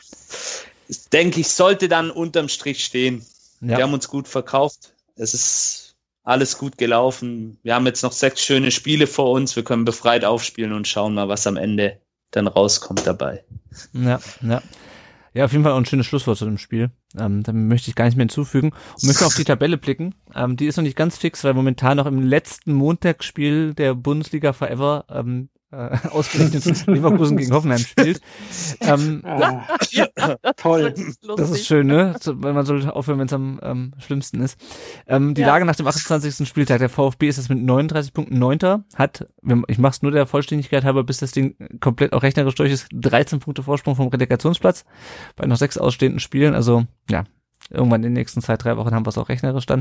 ja. denke ich, sollte dann unterm Strich stehen. Ja. Wir haben uns gut verkauft. Es ist alles gut gelaufen. Wir haben jetzt noch sechs schöne Spiele vor uns. Wir können befreit aufspielen und schauen mal, was am Ende dann rauskommt dabei. Ja, ja. Ja, auf jeden Fall auch ein schönes Schlusswort zu dem Spiel. Ähm, da möchte ich gar nicht mehr hinzufügen. Und möchte auf die Tabelle blicken. Ähm, die ist noch nicht ganz fix, weil momentan noch im letzten Montagsspiel der Bundesliga Forever ähm, äh, ausgerechnet Leverkusen gegen Hoffenheim spielt. Ähm, ah, toll. Das ist schön, ne? Weil man sollte aufhören, wenn es am ähm, schlimmsten ist. Ähm, die ja. Lage nach dem achtundzwanzigsten Spieltag. Der VfB ist jetzt mit neununddreißig Punkten Neunter. Hat, ich mach's nur der Vollständigkeit halber, bis das Ding komplett auch rechnerisch durch ist, dreizehn Punkte Vorsprung vom Relegationsplatz bei noch sechs ausstehenden Spielen. Also, ja, irgendwann in den nächsten zwei, drei Wochen haben wir es auch rechnerisch dann.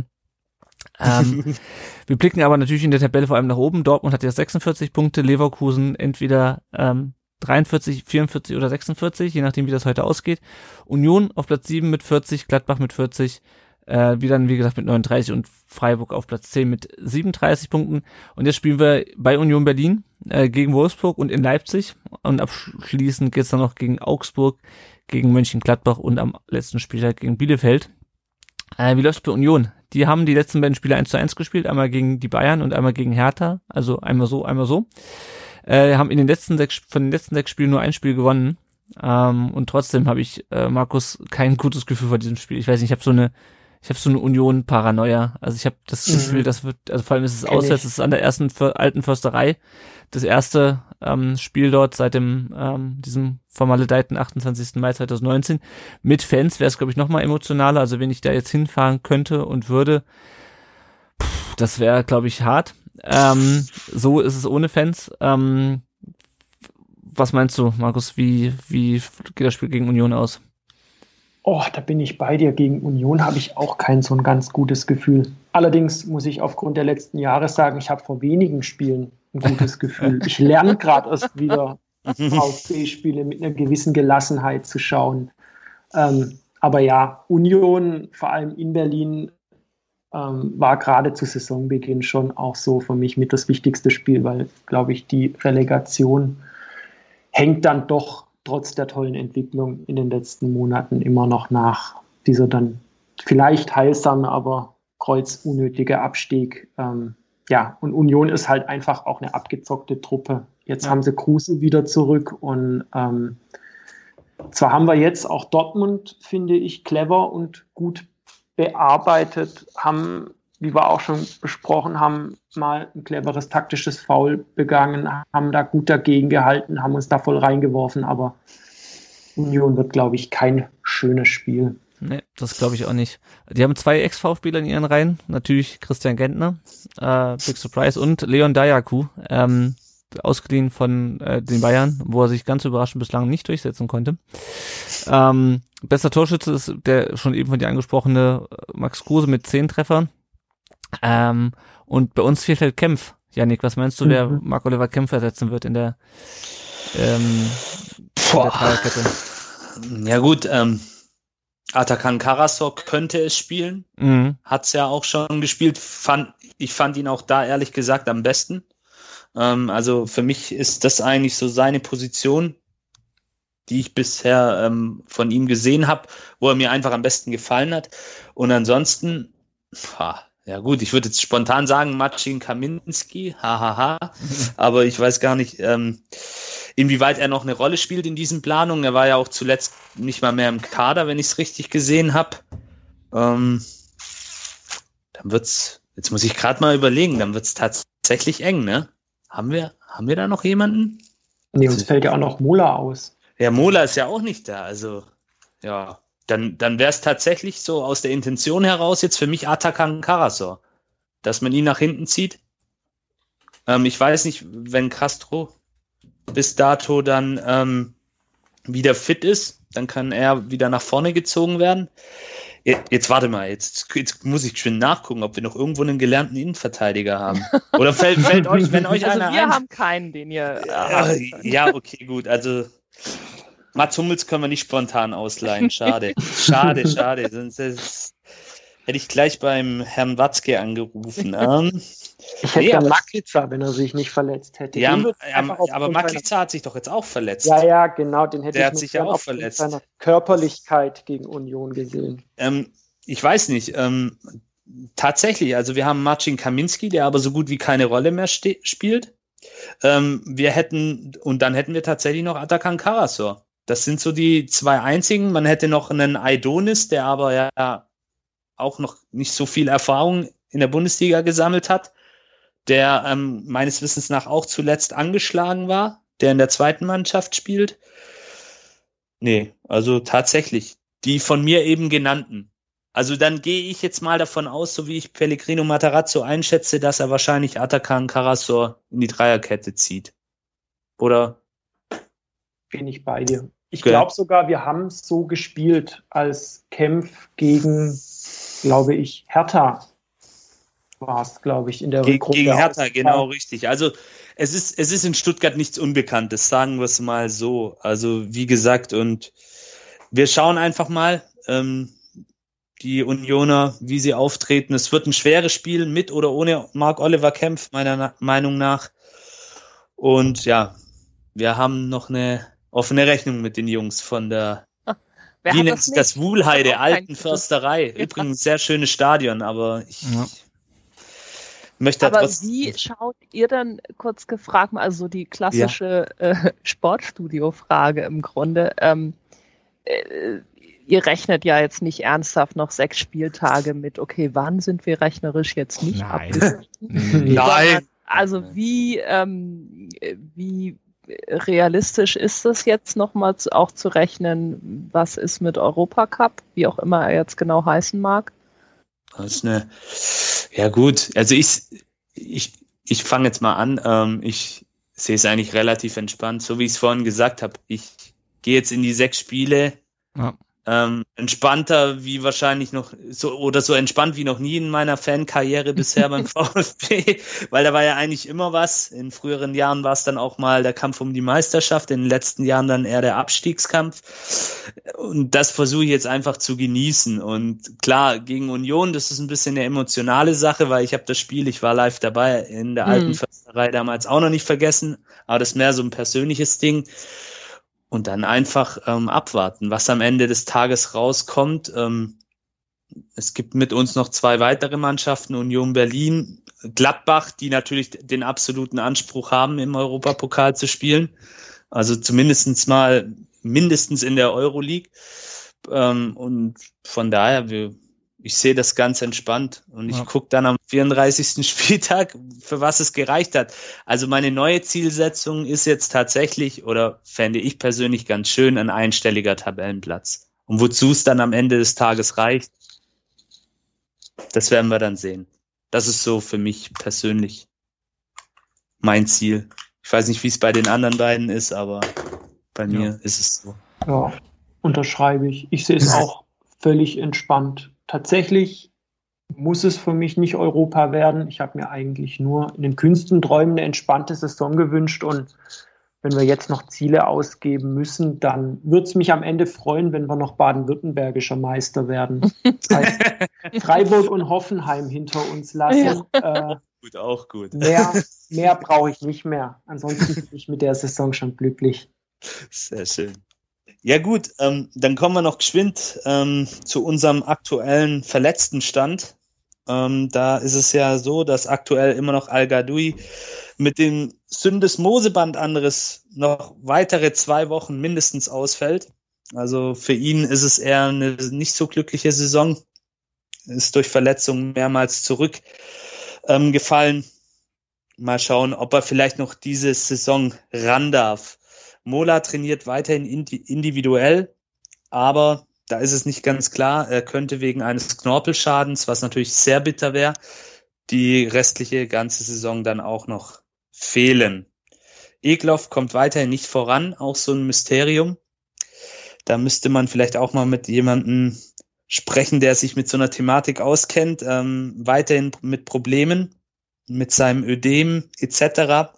ähm, wir blicken aber natürlich in der Tabelle vor allem nach oben. Dortmund hat jetzt sechsundvierzig Punkte, Leverkusen entweder ähm, dreiundvierzig, vierundvierzig oder sechsundvierzig, je nachdem wie das heute ausgeht. Union auf Platz sieben mit vierzig, Gladbach mit vierzig, äh, wie dann wie gesagt mit neununddreißig und Freiburg auf Platz zehn mit siebenunddreißig Punkten. Und jetzt spielen wir bei Union Berlin äh, gegen Wolfsburg und in Leipzig und abschließend geht's dann noch gegen Augsburg, gegen Mönchengladbach und am letzten Spieltag gegen Bielefeld. Äh, wie läuft's bei Union? Die haben die letzten beiden Spiele eins zu eins gespielt, einmal gegen die Bayern und einmal gegen Hertha, also einmal so, einmal so. Äh, haben in den letzten sechs, von den letzten sechs Spielen nur ein Spiel gewonnen. Ähm, und trotzdem habe ich, äh, Markus, kein gutes Gefühl vor diesem Spiel. Ich weiß nicht, ich habe so eine, ich habe so eine Union-Paranoia. Also ich habe das Gefühl, das wird, also vor allem ist es auswärts, es ist an der ersten Für, alten Försterei. Das erste ähm, Spiel dort seit dem ähm, diesem vermaledeiten achtundzwanzigsten Mai zweitausendneunzehn. Mit Fans wäre es, glaube ich, noch mal emotionaler. Also wenn ich da jetzt hinfahren könnte und würde, pff, das wäre, glaube ich, hart. Ähm, so ist es ohne Fans. Ähm, was meinst du, Markus? Wie wie geht das Spiel gegen Union aus? Oh, da bin ich bei dir. Gegen Union habe ich auch kein so ein ganz gutes Gefühl. Allerdings muss ich aufgrund der letzten Jahre sagen, ich habe vor wenigen Spielen ein gutes Gefühl. Ich lerne gerade erst wieder VfB-Spiele mit einer gewissen Gelassenheit zu schauen. Ähm, aber ja, Union, vor allem in Berlin, ähm, war gerade zu Saisonbeginn schon auch so für mich mit das wichtigste Spiel, weil, glaube ich, die Relegation hängt dann doch trotz der tollen Entwicklung in den letzten Monaten immer noch nach. Dieser dann vielleicht heilsame, aber kreuzunnötige Abstieg. Ähm, ja, und Union ist halt einfach auch eine abgezockte Truppe. Jetzt ja. haben sie Kruse wieder zurück und ähm, zwar haben wir jetzt auch Dortmund, finde ich, clever und gut bearbeitet, haben, wie wir auch schon besprochen haben, mal ein cleveres taktisches Foul begangen, haben da gut dagegen gehalten, haben uns da voll reingeworfen, aber Union wird, glaube ich, kein schönes Spiel. Nee, das glaube ich auch nicht. Die haben zwei Ex-VfBler in ihren Reihen. Natürlich Christian Gentner, äh, Big Surprise, und Leon Dayaku, ähm, ausgeliehen von äh, den Bayern, wo er sich ganz überraschend bislang nicht durchsetzen konnte. Ähm, bester Torschütze ist der schon eben von dir angesprochene Max Kruse mit zehn Treffern. Ähm, und bei uns fehlt halt Kempf. Jannik, was meinst du, mhm. wer Marc-Oliver Kempf ersetzen wird in der, ähm, in der Dreierkette? Ja gut, ähm, Atakan Karasor könnte es spielen, mhm. hat es ja auch schon gespielt. Fand, ich fand ihn auch da ehrlich gesagt am besten. Ähm, also für mich ist das eigentlich so seine Position, die ich bisher ähm, von ihm gesehen habe, wo er mir einfach am besten gefallen hat. Und ansonsten, ha, ja gut, ich würde jetzt spontan sagen Marcin Kaminski, hahaha, aber ich weiß gar nicht, ähm, inwieweit er noch eine Rolle spielt in diesen Planungen. Er war ja auch zuletzt nicht mal mehr im Kader, wenn ich es richtig gesehen habe. Ähm, dann wird's, jetzt muss ich gerade mal überlegen, dann wird's tatsächlich eng, ne? Haben wir, haben wir da noch jemanden? Nee, uns fällt ja auch noch Mola aus. Ja, Mola ist ja auch nicht da, also ja, dann, dann wäre es tatsächlich so aus der Intention heraus jetzt für mich Atakan Karasor, dass man ihn nach hinten zieht. Ähm, ich weiß nicht, wenn Castro bis dato dann ähm, wieder fit ist, dann kann er wieder nach vorne gezogen werden. Jetzt, jetzt warte mal, jetzt, jetzt muss ich schön nachgucken, ob wir noch irgendwo einen gelernten Innenverteidiger haben. Oder fällt, fällt euch, wenn euch also einer wir ein... haben keinen, den ihr... Ja, ja, okay, gut, also Mats Hummels können wir nicht spontan ausleihen, schade. Schade, schade, sonst ist, hätte ich gleich beim Herrn Watzke angerufen. Ähm, ich hätte nee, ja Maklica, wenn er sich nicht verletzt hätte. Ja, aber, aber Maklica hat sich doch jetzt auch verletzt. Ja, ja, genau, den hätte Der ich hat sich ja auch verletzt. Seiner Körperlichkeit gegen Union gesehen. Ähm, ich weiß nicht, ähm, tatsächlich, also wir haben Marcin Kaminski, der aber so gut wie keine Rolle mehr ste- spielt. Ähm, wir hätten, und dann hätten wir tatsächlich noch Atakan Karasor. Das sind so die zwei einzigen. Man hätte noch einen Aidonis, der aber ja auch noch nicht so viel Erfahrung in der Bundesliga gesammelt hat, der ähm, meines Wissens nach auch zuletzt angeschlagen war, der in der zweiten Mannschaft spielt. Nee, also tatsächlich, die von mir eben genannten. Also dann gehe ich jetzt mal davon aus, so wie ich Pellegrino Matarazzo einschätze, dass er wahrscheinlich Atakan Karasor in die Dreierkette zieht. Oder? Bin ich bei dir. Ich okay. glaube sogar, wir haben es so gespielt, als Kempf gegen, glaube ich, Hertha war es, glaube ich, in der Ge- Rückrunde. Gegen Hertha, genau, richtig. Also es ist, es ist in Stuttgart nichts Unbekanntes, sagen wir es mal so. Also wie gesagt, und wir schauen einfach mal, ähm, die Unioner, wie sie auftreten. Es wird ein schweres Spiel mit oder ohne Marc-Oliver Kempf, meiner Na- Meinung nach. Und ja, wir haben noch eine offene Rechnung mit den Jungs von der, Wer wie hat nennt das sich nicht? das, Wuhlheide, Auch Alten kein Försterei. Übrigens sehr schönes Stadion, aber ich Ja. möchte Aber trotzdem... wie schaut ihr dann, kurz gefragt, mal, also die klassische äh, Sportstudio-Frage im Grunde, ähm, äh, ihr rechnet ja jetzt nicht ernsthaft noch sechs Spieltage mit, okay, wann sind wir rechnerisch jetzt nicht Nein. abgestiegen? Nein! Also wie, ähm, wie realistisch ist es jetzt nochmal auch zu rechnen, was ist mit Europacup, wie auch immer er jetzt genau heißen mag? Das ist eine, ja gut, also ich, ich, ich fange jetzt mal an, ähm, ich sehe es eigentlich relativ entspannt, so wie ich es vorhin gesagt habe. Ich gehe jetzt in die sechs Spiele Ja. Ähm, entspannter wie wahrscheinlich noch so oder so entspannt wie noch nie in meiner Fankarriere bisher beim VfB, weil da war ja eigentlich immer was. In früheren Jahren war es dann auch mal der Kampf um die Meisterschaft, in den letzten Jahren dann eher der Abstiegskampf. Und das versuche ich jetzt einfach zu genießen. Und klar, gegen Union, das ist ein bisschen eine emotionale Sache, weil ich habe das Spiel, ich war live dabei, in der alten mhm. Försterei damals auch noch nicht vergessen, aber das ist mehr so ein persönliches Ding. Und dann einfach ähm, abwarten, was am Ende des Tages rauskommt. Ähm, es gibt mit uns noch zwei weitere Mannschaften, Union Berlin, Gladbach, die natürlich den absoluten Anspruch haben, im Europapokal zu spielen. Also zumindestens mal mindestens in der Euroleague. Ähm, und von daher, wir, ich sehe das ganz entspannt. Und ich ja. gucke dann am vierunddreißigsten Spieltag, für was es gereicht hat. Also meine neue Zielsetzung ist jetzt tatsächlich, oder fände ich persönlich ganz schön, ein einstelliger Tabellenplatz. Und wozu es dann am Ende des Tages reicht, das werden wir dann sehen. Das ist so für mich persönlich mein Ziel. Ich weiß nicht, wie es bei den anderen beiden ist, aber bei mir ja. ist es so. Ja, unterschreibe ich. Ich sehe es auch völlig entspannt. Tatsächlich muss es für mich nicht Europa werden. Ich habe mir eigentlich nur in den kühnsten Träumen eine entspannte Saison gewünscht. Und wenn wir jetzt noch Ziele ausgeben müssen, dann würde es mich am Ende freuen, wenn wir noch baden-württembergischer Meister werden. Das heißt, Freiburg und Hoffenheim hinter uns lassen. Ja. Äh, gut, auch gut. Mehr, mehr brauche ich nicht mehr. Ansonsten bin ich mit der Saison schon glücklich. Sehr schön. Ja gut, ähm, dann kommen wir noch geschwind ähm, zu unserem aktuellen verletzten Stand. Ähm, da ist es ja so, dass aktuell immer noch Al-Gadoui mit dem Syndesmoseband-Anderes noch weitere zwei Wochen mindestens ausfällt. Also für ihn ist es eher eine nicht so glückliche Saison. Ist durch Verletzungen mehrmals zurückgefallen. Ähm, Mal schauen, ob er vielleicht noch diese Saison ran darf. Mola trainiert weiterhin individuell, aber da ist es nicht ganz klar. Er könnte wegen eines Knorpelschadens, was natürlich sehr bitter wäre, die restliche ganze Saison dann auch noch fehlen. Egloff kommt weiterhin nicht voran, auch so ein Mysterium. Da müsste man vielleicht auch mal mit jemandem sprechen, der sich mit so einer Thematik auskennt, ähm, weiterhin mit Problemen, mit seinem Ödem et cetera.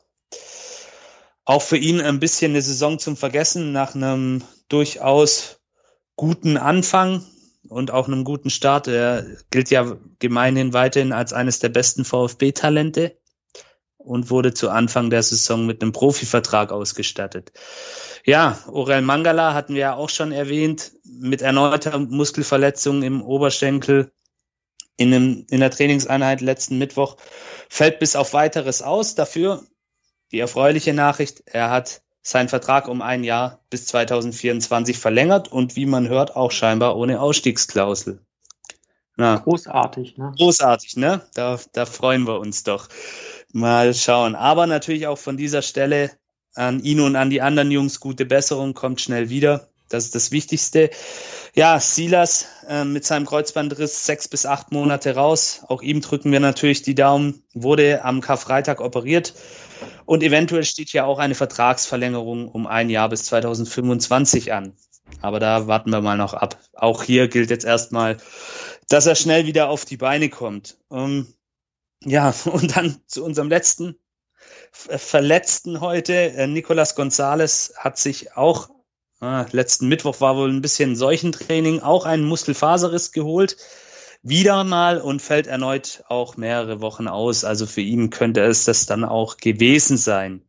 Auch für ihn ein bisschen eine Saison zum Vergessen nach einem durchaus guten Anfang und auch einem guten Start. Er gilt ja gemeinhin weiterhin als eines der besten VfB-Talente und wurde zu Anfang der Saison mit einem Profivertrag ausgestattet. Ja, Orel Mangala hatten wir ja auch schon erwähnt, mit erneuter Muskelverletzung im Oberschenkel in, einem, in der Trainingseinheit letzten Mittwoch, fällt bis auf Weiteres aus. Dafür die erfreuliche Nachricht, er hat seinen Vertrag um ein Jahr bis zwanzig vierundzwanzig verlängert und wie man hört, auch scheinbar ohne Ausstiegsklausel. Na, großartig, ne? Großartig, ne? Da, da freuen wir uns doch. Mal schauen. Aber natürlich auch von dieser Stelle an ihn und an die anderen Jungs gute Besserung, kommt schnell wieder. Das ist das Wichtigste. Ja, Silas äh, mit seinem Kreuzbandriss sechs bis acht Monate raus. Auch ihm drücken wir natürlich die Daumen. Wurde am Karfreitag operiert. Und eventuell steht ja auch eine Vertragsverlängerung um ein Jahr bis zwanzig fünfundzwanzig an. Aber da warten wir mal noch ab. Auch hier gilt jetzt erstmal, dass er schnell wieder auf die Beine kommt. Um, ja, und dann zu unserem letzten Verletzten heute. Äh, Nicolas Gonzalez hat sich auch, äh, letzten Mittwoch war wohl ein bisschen Seuchentraining, auch einen Muskelfaserriss geholt. Wieder mal und fällt erneut auch mehrere Wochen aus. Also für ihn könnte es das dann auch gewesen sein.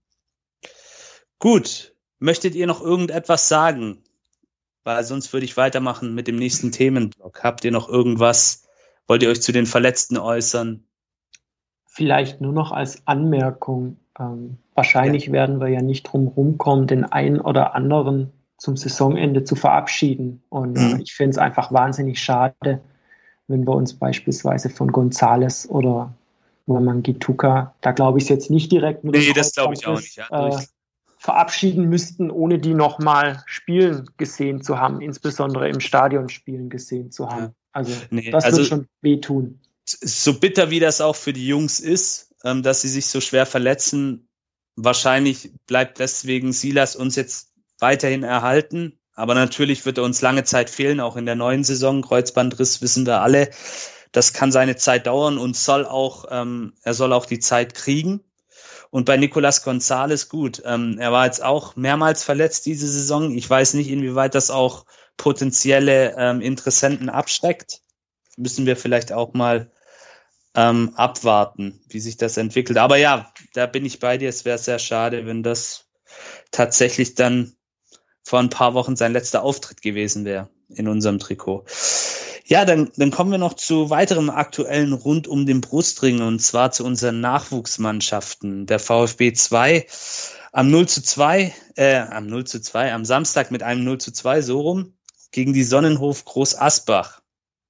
Gut, möchtet ihr noch irgendetwas sagen? Weil sonst würde ich weitermachen mit dem nächsten Themenblock. Habt ihr noch irgendwas? Wollt ihr euch zu den Verletzten äußern? Vielleicht nur noch als Anmerkung. Ähm, wahrscheinlich ja. werden wir ja nicht drum rumkommen, den einen oder anderen zum Saisonende zu verabschieden. Und mhm. äh, ich finde es einfach wahnsinnig schade, wenn wir uns beispielsweise von González oder Wamangituka, da glaube ich es jetzt nicht direkt mit nee, das glaube ich auch nicht, ja. äh, verabschieden müssten, ohne die nochmal spielen gesehen zu haben, insbesondere im Stadion spielen gesehen zu haben. Ja. Also nee, das also, wird schon wehtun. So bitter wie das auch für die Jungs ist, ähm, dass sie sich so schwer verletzen, wahrscheinlich bleibt deswegen Silas uns jetzt weiterhin erhalten. Aber natürlich wird er uns lange Zeit fehlen, auch in der neuen Saison. Kreuzbandriss wissen wir alle. Das kann seine Zeit dauern und soll auch, ähm, er soll auch die Zeit kriegen. Und bei Nicolas Gonzalez, gut, ähm, er war jetzt auch mehrmals verletzt diese Saison. Ich weiß nicht, inwieweit das auch potenzielle ähm, Interessenten abschreckt. Müssen wir vielleicht auch mal ähm, abwarten, wie sich das entwickelt. Aber ja, da bin ich bei dir. Es wäre sehr schade, wenn das tatsächlich dann vor ein paar Wochen sein letzter Auftritt gewesen wäre in unserem Trikot. Ja, dann, dann kommen wir noch zu weiterem Aktuellen rund um den Brustring, und zwar zu unseren Nachwuchsmannschaften. Der VfB zwei am null zu zwei, äh, am null zu zwei, am Samstag mit einem null zu zwei, so rum, gegen die Sonnenhof Groß Asbach.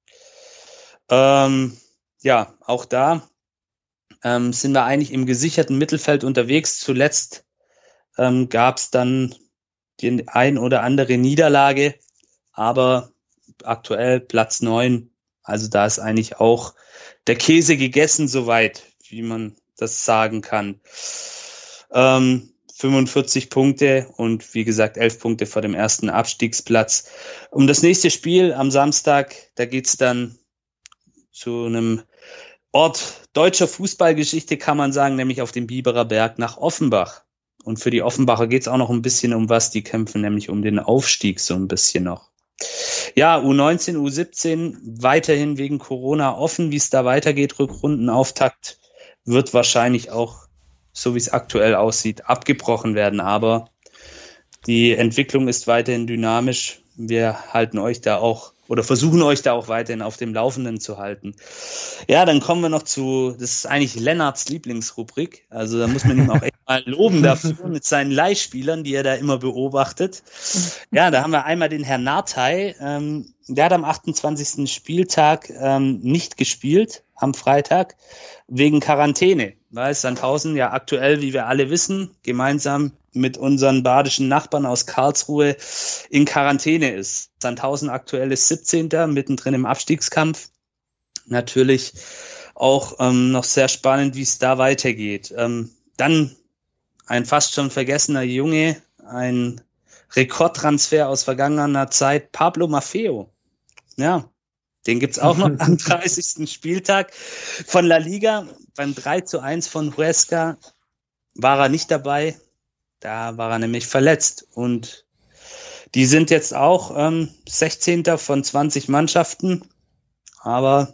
Ähm, ja, auch da ähm, sind wir eigentlich im gesicherten Mittelfeld unterwegs. Zuletzt ähm, gab es dann die ein oder andere Niederlage, aber aktuell Platz neun. Also da ist eigentlich auch der Käse gegessen, soweit, wie man das sagen kann. Ähm, fünfundvierzig Punkte und wie gesagt elf Punkte vor dem ersten Abstiegsplatz. Um das nächste Spiel am Samstag, da geht's dann zu einem Ort deutscher Fußballgeschichte, kann man sagen, nämlich auf dem Biberer Berg nach Offenbach. Und für die Offenbacher geht's auch noch ein bisschen um was, die kämpfen nämlich um den Aufstieg so ein bisschen noch. Ja, U neunzehn, U siebzehn weiterhin wegen Corona offen, wie es da weitergeht. Rückrundenauftakt wird wahrscheinlich auch, so wie es aktuell aussieht, abgebrochen werden. Aber die Entwicklung ist weiterhin dynamisch. Wir halten euch da auch oder versuchen euch da auch weiterhin auf dem Laufenden zu halten. Ja, dann kommen wir noch zu, das ist eigentlich Lennarts Lieblingsrubrik. Also da muss man ihm auch echt mal loben dafür mit seinen Leihspielern, die er da immer beobachtet. Ja, da haben wir einmal den Herrn Nartey. Ähm, der hat am achtundzwanzigsten Spieltag ähm, nicht gespielt, am Freitag, wegen Quarantäne. Weil Sandhausen ja aktuell, wie wir alle wissen, gemeinsam mit unseren badischen Nachbarn aus Karlsruhe in Quarantäne ist. Sandhausen aktuell ist siebzehnter mittendrin im Abstiegskampf. Natürlich auch ähm, noch sehr spannend, wie es da weitergeht. Ähm, dann ein fast schon vergessener Junge, ein Rekordtransfer aus vergangener Zeit, Pablo Maffeo. Ja, den gibt's auch noch am dreißigsten Spieltag von La Liga. Beim drei zu eins von Huesca war er nicht dabei. Da war er nämlich verletzt. Und die sind jetzt auch ähm, sechzehnter von zwanzig Mannschaften. Aber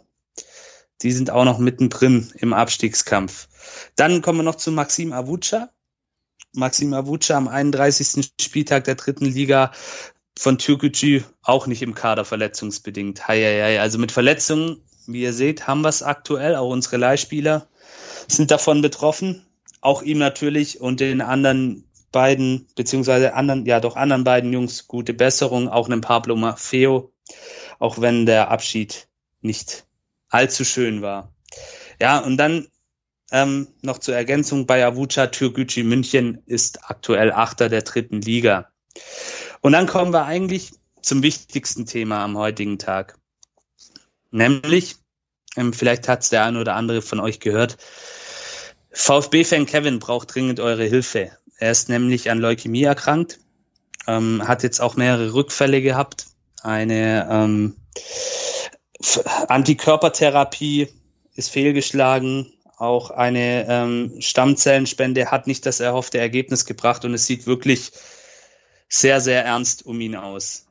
die sind auch noch mittendrin im Abstiegskampf. Dann kommen wir noch zu Maxim Avuca. Maxim Avuca am einunddreißigsten Spieltag der dritten Liga von Türkgücü auch nicht im Kader verletzungsbedingt. Hei, hei, hei. Also mit Verletzungen, wie ihr seht, haben wir es aktuell. Auch unsere Leihspieler sind davon betroffen. Auch ihm natürlich und den anderen beiden, beziehungsweise anderen, ja doch anderen beiden Jungs gute Besserung. Auch einem Pablo Maffeo, auch wenn der Abschied nicht allzu schön war. Ja, und dann ähm, noch zur Ergänzung bei Avuca, Türkgücü München ist aktuell Achter der dritten Liga. Und dann kommen wir eigentlich zum wichtigsten Thema am heutigen Tag. Nämlich, ähm, vielleicht hat es der eine oder andere von euch gehört, VfB-Fan Kevin braucht dringend eure Hilfe. Er ist nämlich an Leukämie erkrankt, ähm, hat jetzt auch mehrere Rückfälle gehabt, eine ähm, Antikörpertherapie ist fehlgeschlagen, auch eine ähm, Stammzellenspende hat nicht das erhoffte Ergebnis gebracht und es sieht wirklich sehr, sehr ernst um ihn aus.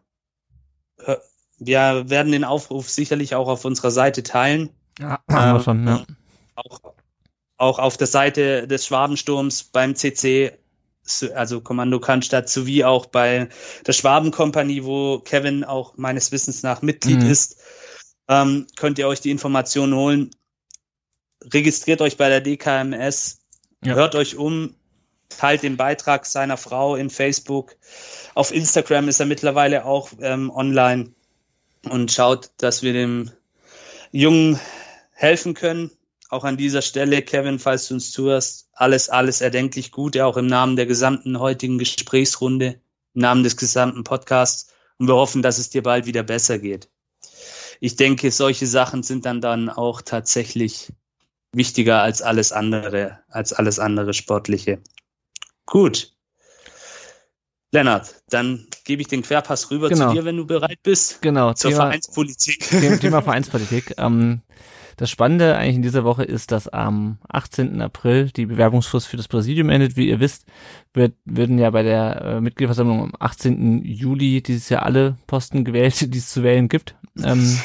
Wir werden den Aufruf sicherlich auch auf unserer Seite teilen. Ja, haben wir schon, ja. Auch, auch auf der Seite des Schwabensturms beim C C, also Kommando Cannstatt, sowie auch bei der Schwabenkompanie, wo Kevin auch meines Wissens nach Mitglied mhm. ist, ähm, könnt ihr euch die Informationen holen. Registriert euch bei der D K M S, ja. Hört euch um, teilt den Beitrag seiner Frau in Facebook. Auf Instagram ist er mittlerweile auch ähm, online und schaut, dass wir dem Jungen helfen können. Auch an dieser Stelle, Kevin, falls du uns zuhörst, alles, alles erdenklich Gute, auch im Namen der gesamten heutigen Gesprächsrunde, im Namen des gesamten Podcasts. Und wir hoffen, dass es dir bald wieder besser geht. Ich denke, solche Sachen sind dann dann auch tatsächlich wichtiger als alles andere, als alles andere Sportliche. Gut. Lennart, dann gebe ich den Querpass rüber genau. zu dir, wenn du bereit bist. Genau. Zur Thema, Vereinspolitik. Thema Vereinspolitik. Ähm, das Spannende eigentlich in dieser Woche ist, dass am achtzehnten April die Bewerbungsfrist für das Präsidium endet. Wie ihr wisst, wird, werden ja bei der äh, Mitgliederversammlung am achtzehnten Juli dieses Jahr alle Posten gewählt, die es zu wählen gibt. Ähm,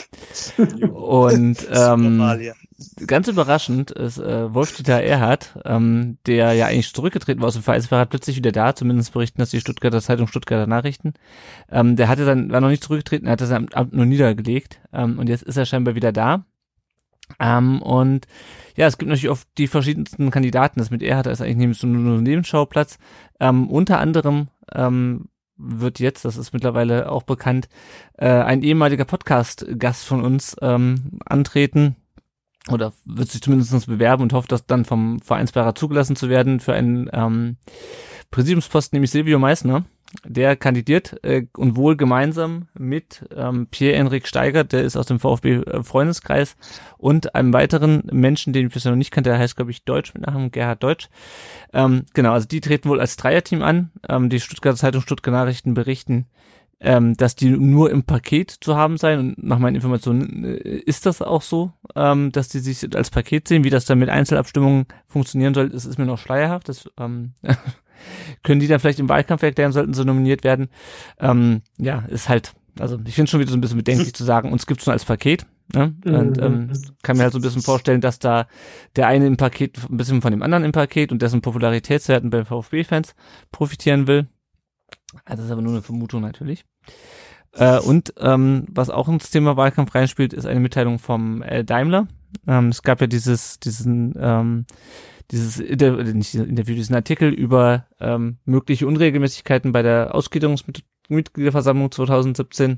und ähm, normal, ja. Ganz überraschend ist äh, Wolf-Dieter Erhardt, ähm, der ja eigentlich zurückgetreten war aus dem Vereinsverrat, plötzlich wieder da, zumindest berichten das die Stuttgarter Zeitung, Stuttgarter Nachrichten. Ähm, der hatte dann, war noch nicht zurückgetreten, er hatte sein Amt nur niedergelegt, ähm, und jetzt ist er scheinbar wieder da. Ähm, und ja, es gibt natürlich oft die verschiedensten Kandidaten, das mit Erhardt ist eigentlich so nur ein Nebenschauplatz. Ähm, unter anderem ähm, wird jetzt, das ist mittlerweile auch bekannt, äh, ein ehemaliger Podcast-Gast von uns ähm, antreten, oder wird sich zumindest bewerben und hofft, das dann vom Vereinsbeirat zugelassen zu werden für einen ähm, Präsidiumsposten, nämlich Silvio Meissner. Der kandidiert äh, und wohl gemeinsam mit ähm, Pierre-Enrik Steiger, der ist aus dem VfB-Freundeskreis, und einem weiteren Menschen, den ich bisher noch nicht kannte, der heißt, glaube ich, Deutsch mit Nachnamen, Gerhard Deutsch. Ähm, genau, also die treten wohl als Dreierteam an. Ähm, die Stuttgarter Zeitung, Stuttgarter Nachrichten berichten, ähm, dass die nur im Paket zu haben seien, und nach meinen Informationen äh, ist das auch so, ähm, dass die sich als Paket sehen. Wie das dann mit Einzelabstimmungen funktionieren soll, das ist mir noch schleierhaft. Das ähm, können die dann vielleicht im Wahlkampf erklären, sollten sie nominiert werden. Ähm, ja, ist halt, also ich finde es schon wieder so ein bisschen bedenklich zu sagen, uns gibt's nur als Paket. Ne? Und ähm, kann mir halt so ein bisschen vorstellen, dass da der eine im Paket ein bisschen von dem anderen im Paket und dessen Popularitätswerten bei VfB-Fans profitieren will. Das ist aber nur eine Vermutung natürlich. Äh, und ähm, was auch ins Thema Wahlkampf reinspielt, ist eine Mitteilung vom äh, Daimler. Ähm, es gab ja dieses, diesen, ähm, dieses Inter- nicht Interview, diesen Artikel über ähm, mögliche Unregelmäßigkeiten bei der Ausgliederungsmitgliederversammlung zwanzig siebzehn,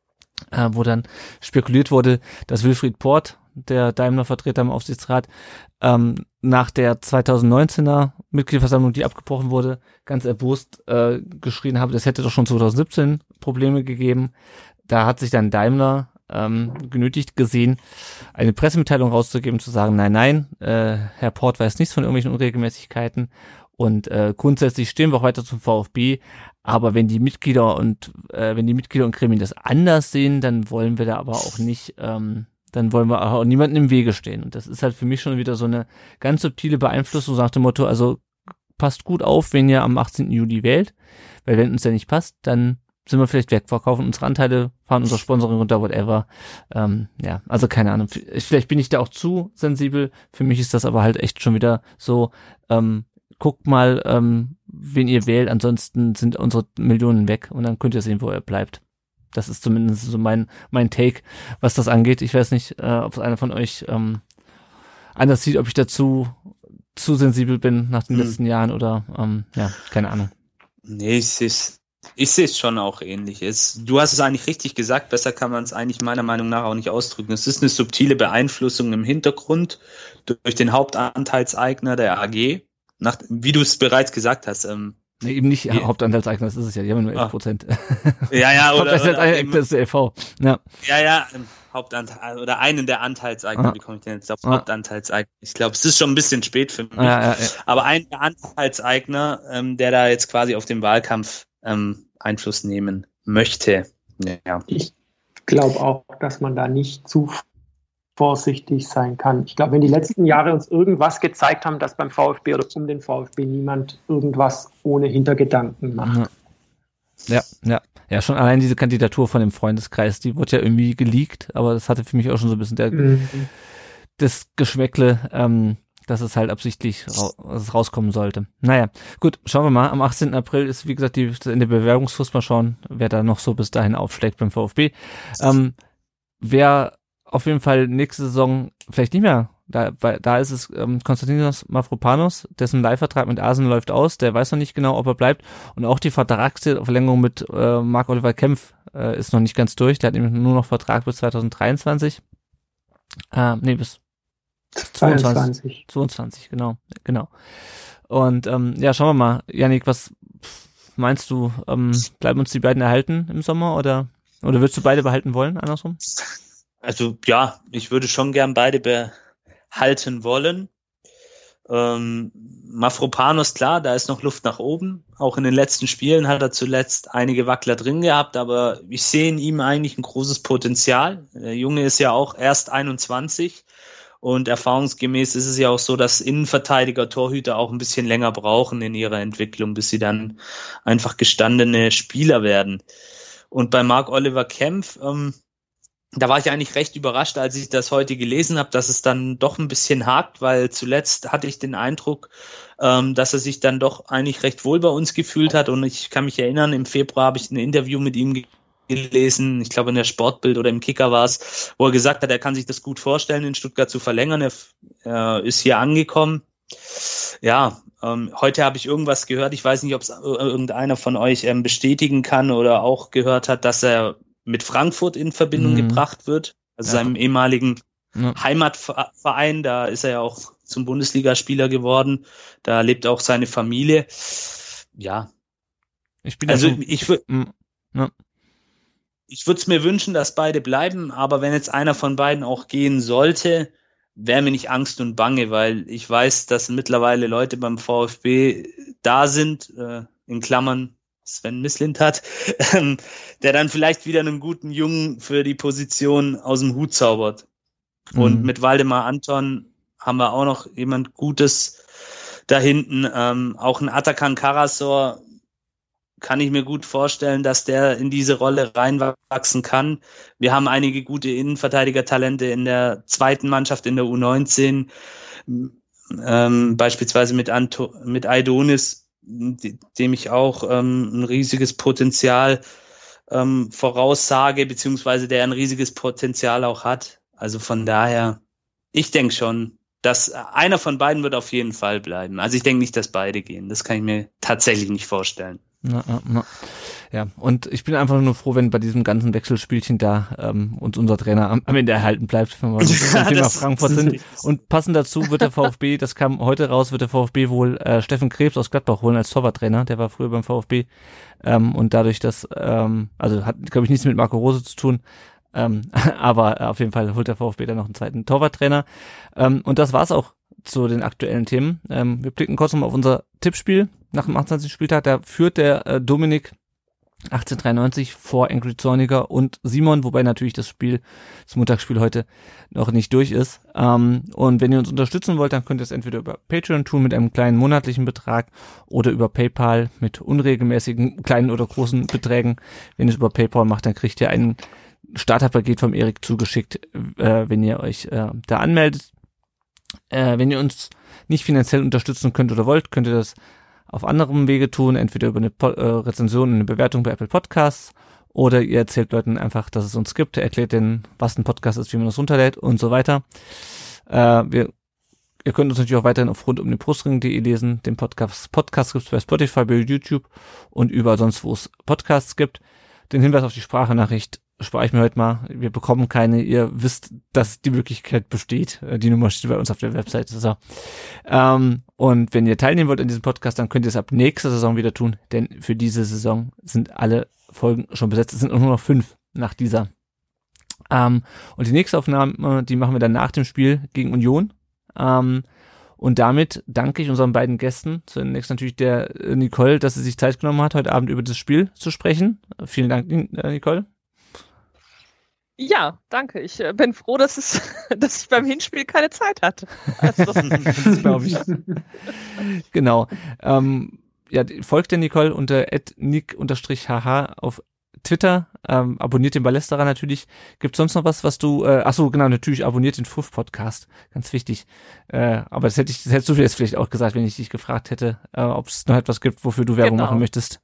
äh, wo dann spekuliert wurde, dass Wilfried Port, der Daimler-Vertreter im Aufsichtsrat, ähm, nach der zweitausendneunzehner Mitgliederversammlung, die abgebrochen wurde, ganz erbost äh, geschrien habe, das hätte doch schon zwanzig siebzehn Probleme gegeben. Da hat sich dann Daimler ähm, genötigt gesehen, eine Pressemitteilung rauszugeben, zu sagen, nein, nein, äh, Herr Port weiß nichts von irgendwelchen Unregelmäßigkeiten, und äh, grundsätzlich stehen wir auch weiter zum VfB, aber wenn die Mitglieder und äh, wenn die Mitglieder und Gremien das anders sehen, dann wollen wir da aber auch nicht ähm, dann wollen wir auch niemanden im Wege stehen. Und das ist halt für mich schon wieder so eine ganz subtile Beeinflussung nach dem Motto, also passt gut auf, wenn ihr am achtzehnten Juli wählt, weil wenn uns der nicht passt, dann sind wir vielleicht weg, verkaufen unsere Anteile, fahren unser Sponsoring runter, whatever. Ähm, ja, also keine Ahnung. Vielleicht bin ich da auch zu sensibel. Für mich ist das aber halt echt schon wieder so, ähm, guckt mal, ähm, wen ihr wählt, ansonsten sind unsere Millionen weg und dann könnt ihr sehen, wo er bleibt. Das ist zumindest so mein mein Take, was das angeht. Ich weiß nicht, äh, ob es einer von euch ähm, anders sieht, ob ich dazu zu sensibel bin nach den hm. letzten Jahren oder ähm, ja, keine Ahnung. Nee, ich sehe es ich sehe es schon auch ähnlich. Es, du hast es eigentlich richtig gesagt, besser kann man es eigentlich meiner Meinung nach auch nicht ausdrücken. Es ist eine subtile Beeinflussung im Hintergrund durch den Hauptanteilseigner der A G. Nach, wie du es bereits gesagt hast, ähm, nee, eben nicht ja. Hauptanteilseigner, das ist es ja, die haben nur elf Prozent. Ja, ja, oder, Hauptanteilseigner, das ist der E V. Ja, ja, ja Hauptanteil, oder einen der Anteilseigner, ah. wie komme ich denn jetzt auf ah. Hauptanteilseigner? Ich glaube, es ist schon ein bisschen spät für mich. Ah, ja, ja. Aber ein der Anteilseigner, ähm, der da jetzt quasi auf den Wahlkampf ähm, Einfluss nehmen möchte. Ja. Ich glaube auch, dass man da nicht zu vorsichtig sein kann. Ich glaube, wenn die letzten Jahre uns irgendwas gezeigt haben, dass beim VfB oder um den VfB niemand irgendwas ohne Hintergedanken macht. Ja, ja. Ja, schon allein diese Kandidatur von dem Freundeskreis, die wurde ja irgendwie geleakt, aber das hatte für mich auch schon so ein bisschen der, mhm. das Geschmäckle, ähm, dass es halt absichtlich ra- dass es rauskommen sollte. Naja, gut, schauen wir mal. Am achtzehnten April ist, wie gesagt, die in der Bewerbungsfrist, mal schauen, wer da noch so bis dahin aufschlägt beim VfB. Ähm, wer auf jeden Fall nächste Saison vielleicht nicht mehr, da, weil, da ist es ähm, Konstantinos Mavropanos, dessen Leihvertrag mit Arsenal läuft aus, der weiß noch nicht genau, ob er bleibt, und auch die Vertragsverlängerung mit äh, Marc-Oliver Kempf äh, ist noch nicht ganz durch, der hat nämlich nur noch Vertrag bis zwanzig dreiundzwanzig, äh, nee, bis zweiundzwanzig, zweiundzwanzig, genau, genau. Und ähm, ja, schauen wir mal, Yannick, was meinst du, ähm, bleiben uns die beiden erhalten im Sommer, oder oder würdest du beide behalten wollen, andersrum? Also ja, ich würde schon gern beide behalten wollen. Ähm, Mavropanos, klar, da ist noch Luft nach oben. Auch in den letzten Spielen hat er zuletzt einige Wackler drin gehabt, aber ich sehe in ihm eigentlich ein großes Potenzial. Der Junge ist ja auch erst einundzwanzig und erfahrungsgemäß ist es ja auch so, dass Innenverteidiger, Torhüter auch ein bisschen länger brauchen in ihrer Entwicklung, bis sie dann einfach gestandene Spieler werden. Und bei Marc-Oliver Kempf, ähm, da war ich eigentlich recht überrascht, als ich das heute gelesen habe, dass es dann doch ein bisschen hakt, weil zuletzt hatte ich den Eindruck, ähm, dass er sich dann doch eigentlich recht wohl bei uns gefühlt hat. Und ich kann mich erinnern, im Februar habe ich ein Interview mit ihm gelesen, ich glaube in der Sportbild oder im Kicker war es, wo er gesagt hat, er kann sich das gut vorstellen, in Stuttgart zu verlängern. Er äh, ist hier angekommen. Ja, ähm, heute habe ich irgendwas gehört, ich weiß nicht, ob es irgendeiner von euch ähm, bestätigen kann oder auch gehört hat, dass er mit Frankfurt in Verbindung mhm. gebracht wird, also ja. seinem ehemaligen ja. Heimatverein, da ist er ja auch zum Bundesligaspieler geworden, da lebt auch seine Familie. Ja, ich bin also ja so, ich würde ja. ich würde es mir wünschen, dass beide bleiben, aber wenn jetzt einer von beiden auch gehen sollte, wäre mir nicht Angst und Bange, weil ich weiß, dass mittlerweile Leute beim VfB da sind, äh, in Klammern Sven Mislintat, ähm, der dann vielleicht wieder einen guten Jungen für die Position aus dem Hut zaubert. Mhm. Und mit Waldemar Anton haben wir auch noch jemand Gutes da hinten. Ähm, auch ein Atakan Karasor kann ich mir gut vorstellen, dass der in diese Rolle reinwachsen kann. Wir haben einige gute Innenverteidiger-Talente in der zweiten Mannschaft, in der U neunzehn, ähm, beispielsweise mit, Anto- mit Aidonis, dem ich auch ähm, ein riesiges Potenzial ähm, voraussage, beziehungsweise der ein riesiges Potenzial auch hat. Also von daher, ich denke schon, dass einer von beiden wird auf jeden Fall bleiben. Also ich denke nicht, dass beide gehen. Das kann ich mir tatsächlich nicht vorstellen. Na, na, na. Ja, und ich bin einfach nur froh, wenn bei diesem ganzen Wechselspielchen da ähm, uns unser Trainer am, am Ende erhalten bleibt, wenn wir ja, beim Thema Frankfurt sind. Und passend dazu wird der VfB, das kam heute raus, wird der VfB wohl äh, Steffen Krebs aus Gladbach holen als Torwarttrainer. Der war früher beim VfB ähm, und dadurch, dass, ähm, also hat, glaube ich, nichts mit Marco Rose zu tun, ähm, aber auf jeden Fall holt der VfB dann noch einen zweiten Torwarttrainer. Ähm, und das war's auch zu den aktuellen Themen. Ähm, wir blicken kurz nochmal auf unser Tippspiel nach dem achtundzwanzigsten Spieltag. Da führt der äh, Dominik achtzehnhundertdreiundneunzig vor Angry Zorniger und Simon, wobei natürlich das Spiel, das Montagsspiel heute noch nicht durch ist. Ähm, und wenn ihr uns unterstützen wollt, dann könnt ihr es entweder über Patreon tun mit einem kleinen monatlichen Betrag oder über PayPal mit unregelmäßigen kleinen oder großen Beträgen. Wenn ihr es über PayPal macht, dann kriegt ihr ein Starterpaket vom Erik zugeschickt, äh, wenn ihr euch äh, da anmeldet. Äh, wenn ihr uns nicht finanziell unterstützen könnt oder wollt, könnt ihr das auf anderem Wege tun, entweder über eine po- äh, Rezension und eine Bewertung bei Apple Podcasts oder ihr erzählt Leuten einfach, dass es uns gibt, erklärt denen, was ein Podcast ist, wie man das runterlädt und so weiter. Äh, wir, ihr könnt uns natürlich auch weiterhin auf rund um den Brustring punkt de lesen. Den Podcast, Podcast gibt es bei Spotify, bei YouTube und überall sonst, wo es Podcasts gibt. Den Hinweis auf die Sprachnachricht spare ich mir heute mal. Wir bekommen keine. Ihr wisst, dass die Möglichkeit besteht. Die Nummer steht bei uns auf der Website. So. Ähm, und wenn ihr teilnehmen wollt an diesem Podcast, dann könnt ihr es ab nächster Saison wieder tun, denn für diese Saison sind alle Folgen schon besetzt. Es sind nur noch fünf nach dieser. Ähm, und die nächste Aufnahme, die machen wir dann nach dem Spiel gegen Union. Ähm, und damit danke ich unseren beiden Gästen. Zunächst natürlich der Nicole, dass sie sich Zeit genommen hat, heute Abend über das Spiel zu sprechen. Vielen Dank, Nicole. Ja, danke. Ich äh, bin froh, dass es, dass ich beim Hinspiel keine Zeit hatte. Also. Das glaube ich. Genau. Ähm, ja, folgt der Nicole unter at nick haha auf Twitter. Ähm, abonniert den Ballesterer natürlich. Gibt sonst noch was, was du, äh, ach so, genau, natürlich abonniert den Fuff Podcast. Ganz wichtig. Äh, aber das hätte ich, das hättest du jetzt vielleicht auch gesagt, wenn ich dich gefragt hätte, äh, ob es noch etwas gibt, wofür du Werbung genau. machen möchtest.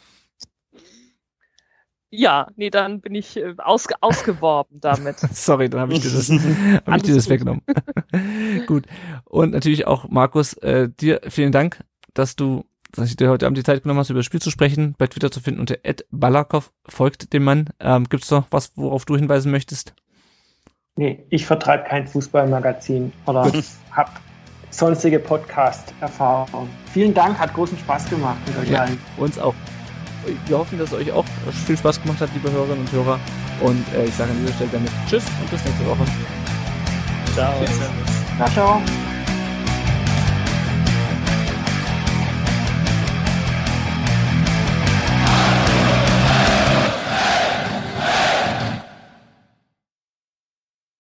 Ja, nee, dann bin ich äh, ausge- ausgeworben damit. Sorry, dann habe ich dir das, hab ich dir das weggenommen. Gut. Und natürlich auch, Markus, äh, dir vielen Dank, dass du dass ich dir heute Abend die Zeit genommen hast, über das Spiel zu sprechen, bei Twitter zu finden unter at balakov, folgt dem Mann. Ähm, Gibt es noch was, worauf du hinweisen möchtest? Nee, ich vertreibe kein Fußballmagazin oder habe sonstige Podcast-Erfahrung. Vielen Dank, hat großen Spaß gemacht mit euch ja, allen. Uns auch. Wir hoffen, dass es euch auch viel Spaß gemacht hat, liebe Hörerinnen und Hörer. Und äh, ich sage an dieser Stelle damit Tschüss und bis nächste Woche. Ciao. Ciao, ciao.